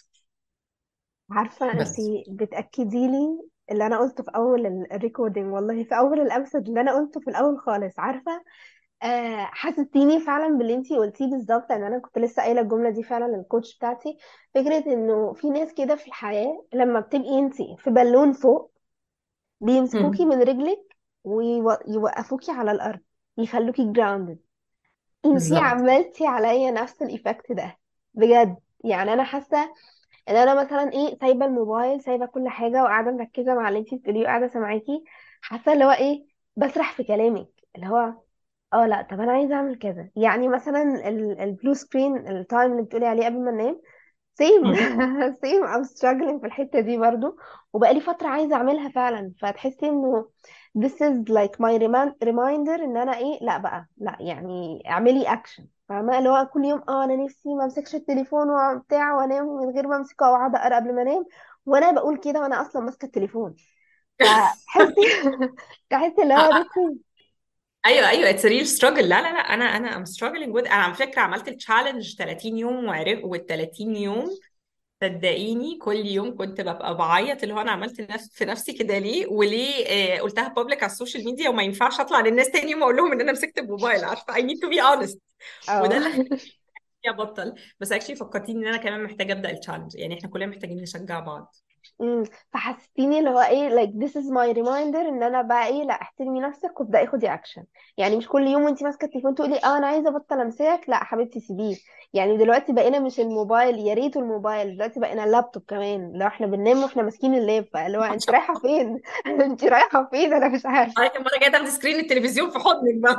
عارفة بس. انتي بتأكدي لي اللي انا قلته في اول الريكوردينج، والله في اول الابسود اللي انا قلته في الاول خالص. عارفة، آه حسستيني فعلا باللي انتي قلتيه بالظبط. ان انا كنت لسه قايله الجمله دي فعلا للكوتش بتاعتي. فكره انه في ناس كده في الحياه لما بتبقي انتي في بالون فوق بيمسكوكي مم. من رجلك ويوقفوكي على الارض، يخلوكي جراوندد. انتي بالظبط. عملتي عليا نفس الايفكت ده بجد. يعني انا حاسه ان انا مثلا ايه، سايبه الموبايل، سايبه كل حاجه، وقاعده مركزه مع اللي انتي بتقوليه وقاعده سامعاكي. حاسه اللي هو ايه، بسرح في كلامك، اللي هو اه لا طب انا عايزه اعمل كذا. يعني مثلا البلو سكرين التايم اللي بتقولي عليه قبل ما انام، سيم مم. سيم ام struggling في الحته دي برضو. وبقالي فتره عايزه اعملها فعلا. فتحسي انه this is like my remind- reminder ان انا ايه، لا بقى لا يعني اعملي اكشن. فاهمه اللي هو كل يوم اه انا نفسي ما امسكش التليفون وبتاع وانام من غير ما امسكه، او اقعد اقرا قبل ما انام وانا بقول كده وانا اصلا ماسكه التليفون. فتحسي تحسي اللي هو this is. ايوه ايوه اتس ريل ستراجل. لا لا لا، انا انا ام struggling with. انا على فكره عملت التشالنج ثلاثين يوم، وعرف وال ثلاثين يوم صدقيني كل يوم كنت ببقى بعيط، اللي هو انا عملت نفس في نفسي كده ليه؟ وليه آه قلتها بابليك على السوشيال ميديا، وما ينفعش اطلع للناس تاني يوم اقول لهم ان انا مسكت الموبايل. عارفه I need to be honest. وده اه اللي خلاني ابطل. بس اكشلي فكرتيني ان انا كمان محتاجه ابدا التشالنج. يعني احنا كلنا محتاجين نشجع بعض. امم فحسيتيني اللي هو ايه like this is my reminder ان انا بقى ايه، لا احترمي نفسك وابداي خدي اكشن. يعني مش كل يوم وانت ماسكه التليفون تقولي اه انا عايزه ابطل امسك. لا حبيبتي سيبيه. يعني دلوقتي بقينا مش الموبايل، يا ريته الموبايل، دلوقتي بقينا اللابتوب كمان. لو احنا بننام واحنا ماسكين اللاب، فاللي هو انت رايحه فين؟ انت رايحه فين؟ انا مش عارفه. هاي كم مره جايه تاخدي سكرين التلفزيون في حضنك بقى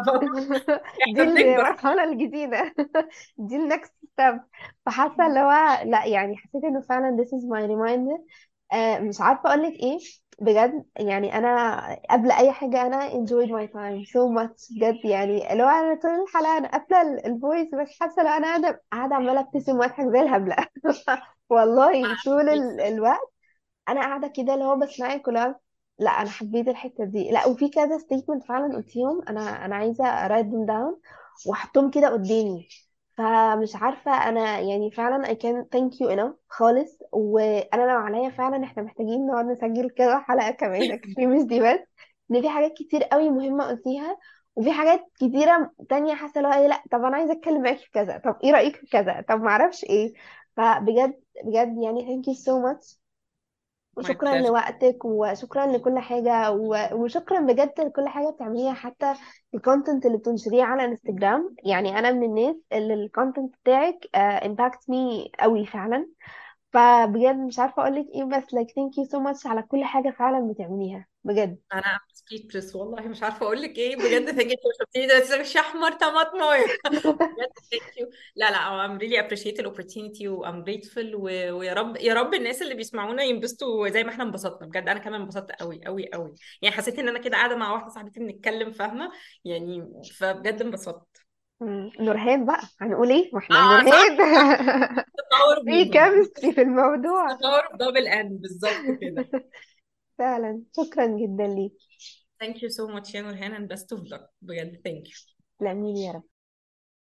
دي احنا بنكبر. المرحله الجديده. دي النكست ستيب. فحاسه اللي هو لا يعني حسيت انه فعلا this is my reminder. آه مش عارفه اقول لك ايه بجد. يعني انا قبل اي حاجه انا enjoyed my time so much بجد. يعني لو انا طول الحلقه انا قافله ال- الفويس، بس حاسه لو انا قاعده قاعده عماله ابتسم واضحك زي الهبله. والله طول ال- الوقت انا قاعده كده اللي هو بسمعك ولا. لا انا حبيت الحته دي. لا وفي كذا ستيتمنت فعلا قلتيهم، انا انا عايزه ارايت them داون واحطهم كده قدامي. فمش عارفه انا يعني فعلا I can thank you enough خالص. وانا لو عليا فعلا احنا محتاجين نقعد نسجل كذا حلقه كمان اكشلي مش دي بس. ان في حاجات كتير قوي مهمه قلتيها، وفي حاجات كتيره تانية حاسه لو ايه، لا طب انا عايزه اتكلم معاكي في كذا، طب ايه رايك في كذا، طب معرفش ايه. فبجد بجد يعني thank you so much. my وشكرا pleasure. لوقتك، وشكرا لكل حاجة، و- وشكرا بجد لكل حاجة بتعمليها، حتى الكونتنت اللي بتنشريه على انستجرام. يعني انا من الناس اللي الكونتنت بتاعك امباكت مي قوي فعلا. فبجد مش عارفة اقولك ايه، بس like thank you so much على كل حاجة فعلا بتعمليها بجد. انا سبيتلس والله، مش عارفه اقول لك ايه بجد. ثانك يو. شفتي ده وش احمر طماطمايه بجد. ثانك يو. لا لا I'm really appreciate the opportunity و I'm grateful و... ويا رب يا رب الناس اللي بيسمعونا ينبسطوا زي ما احنا انبسطنا. بجد انا كمان انبسطت قوي قوي قوي. يعني حسيت ان انا كده قاعده مع واحده صاحبتي بنتكلم، فاهمه يعني؟ فبجد انبسطت. مم، نورهان بقى هنقول ايه واحنا اه صح بنورهان. صح. باور في وومن. كيمستري في الموضوع. باور دبل ان بالظبط كده. فعلا شكرا جدا ليك. Thank you so much يا نورهان and best of luck بجد. Thank you. تسلمي لي يا رب.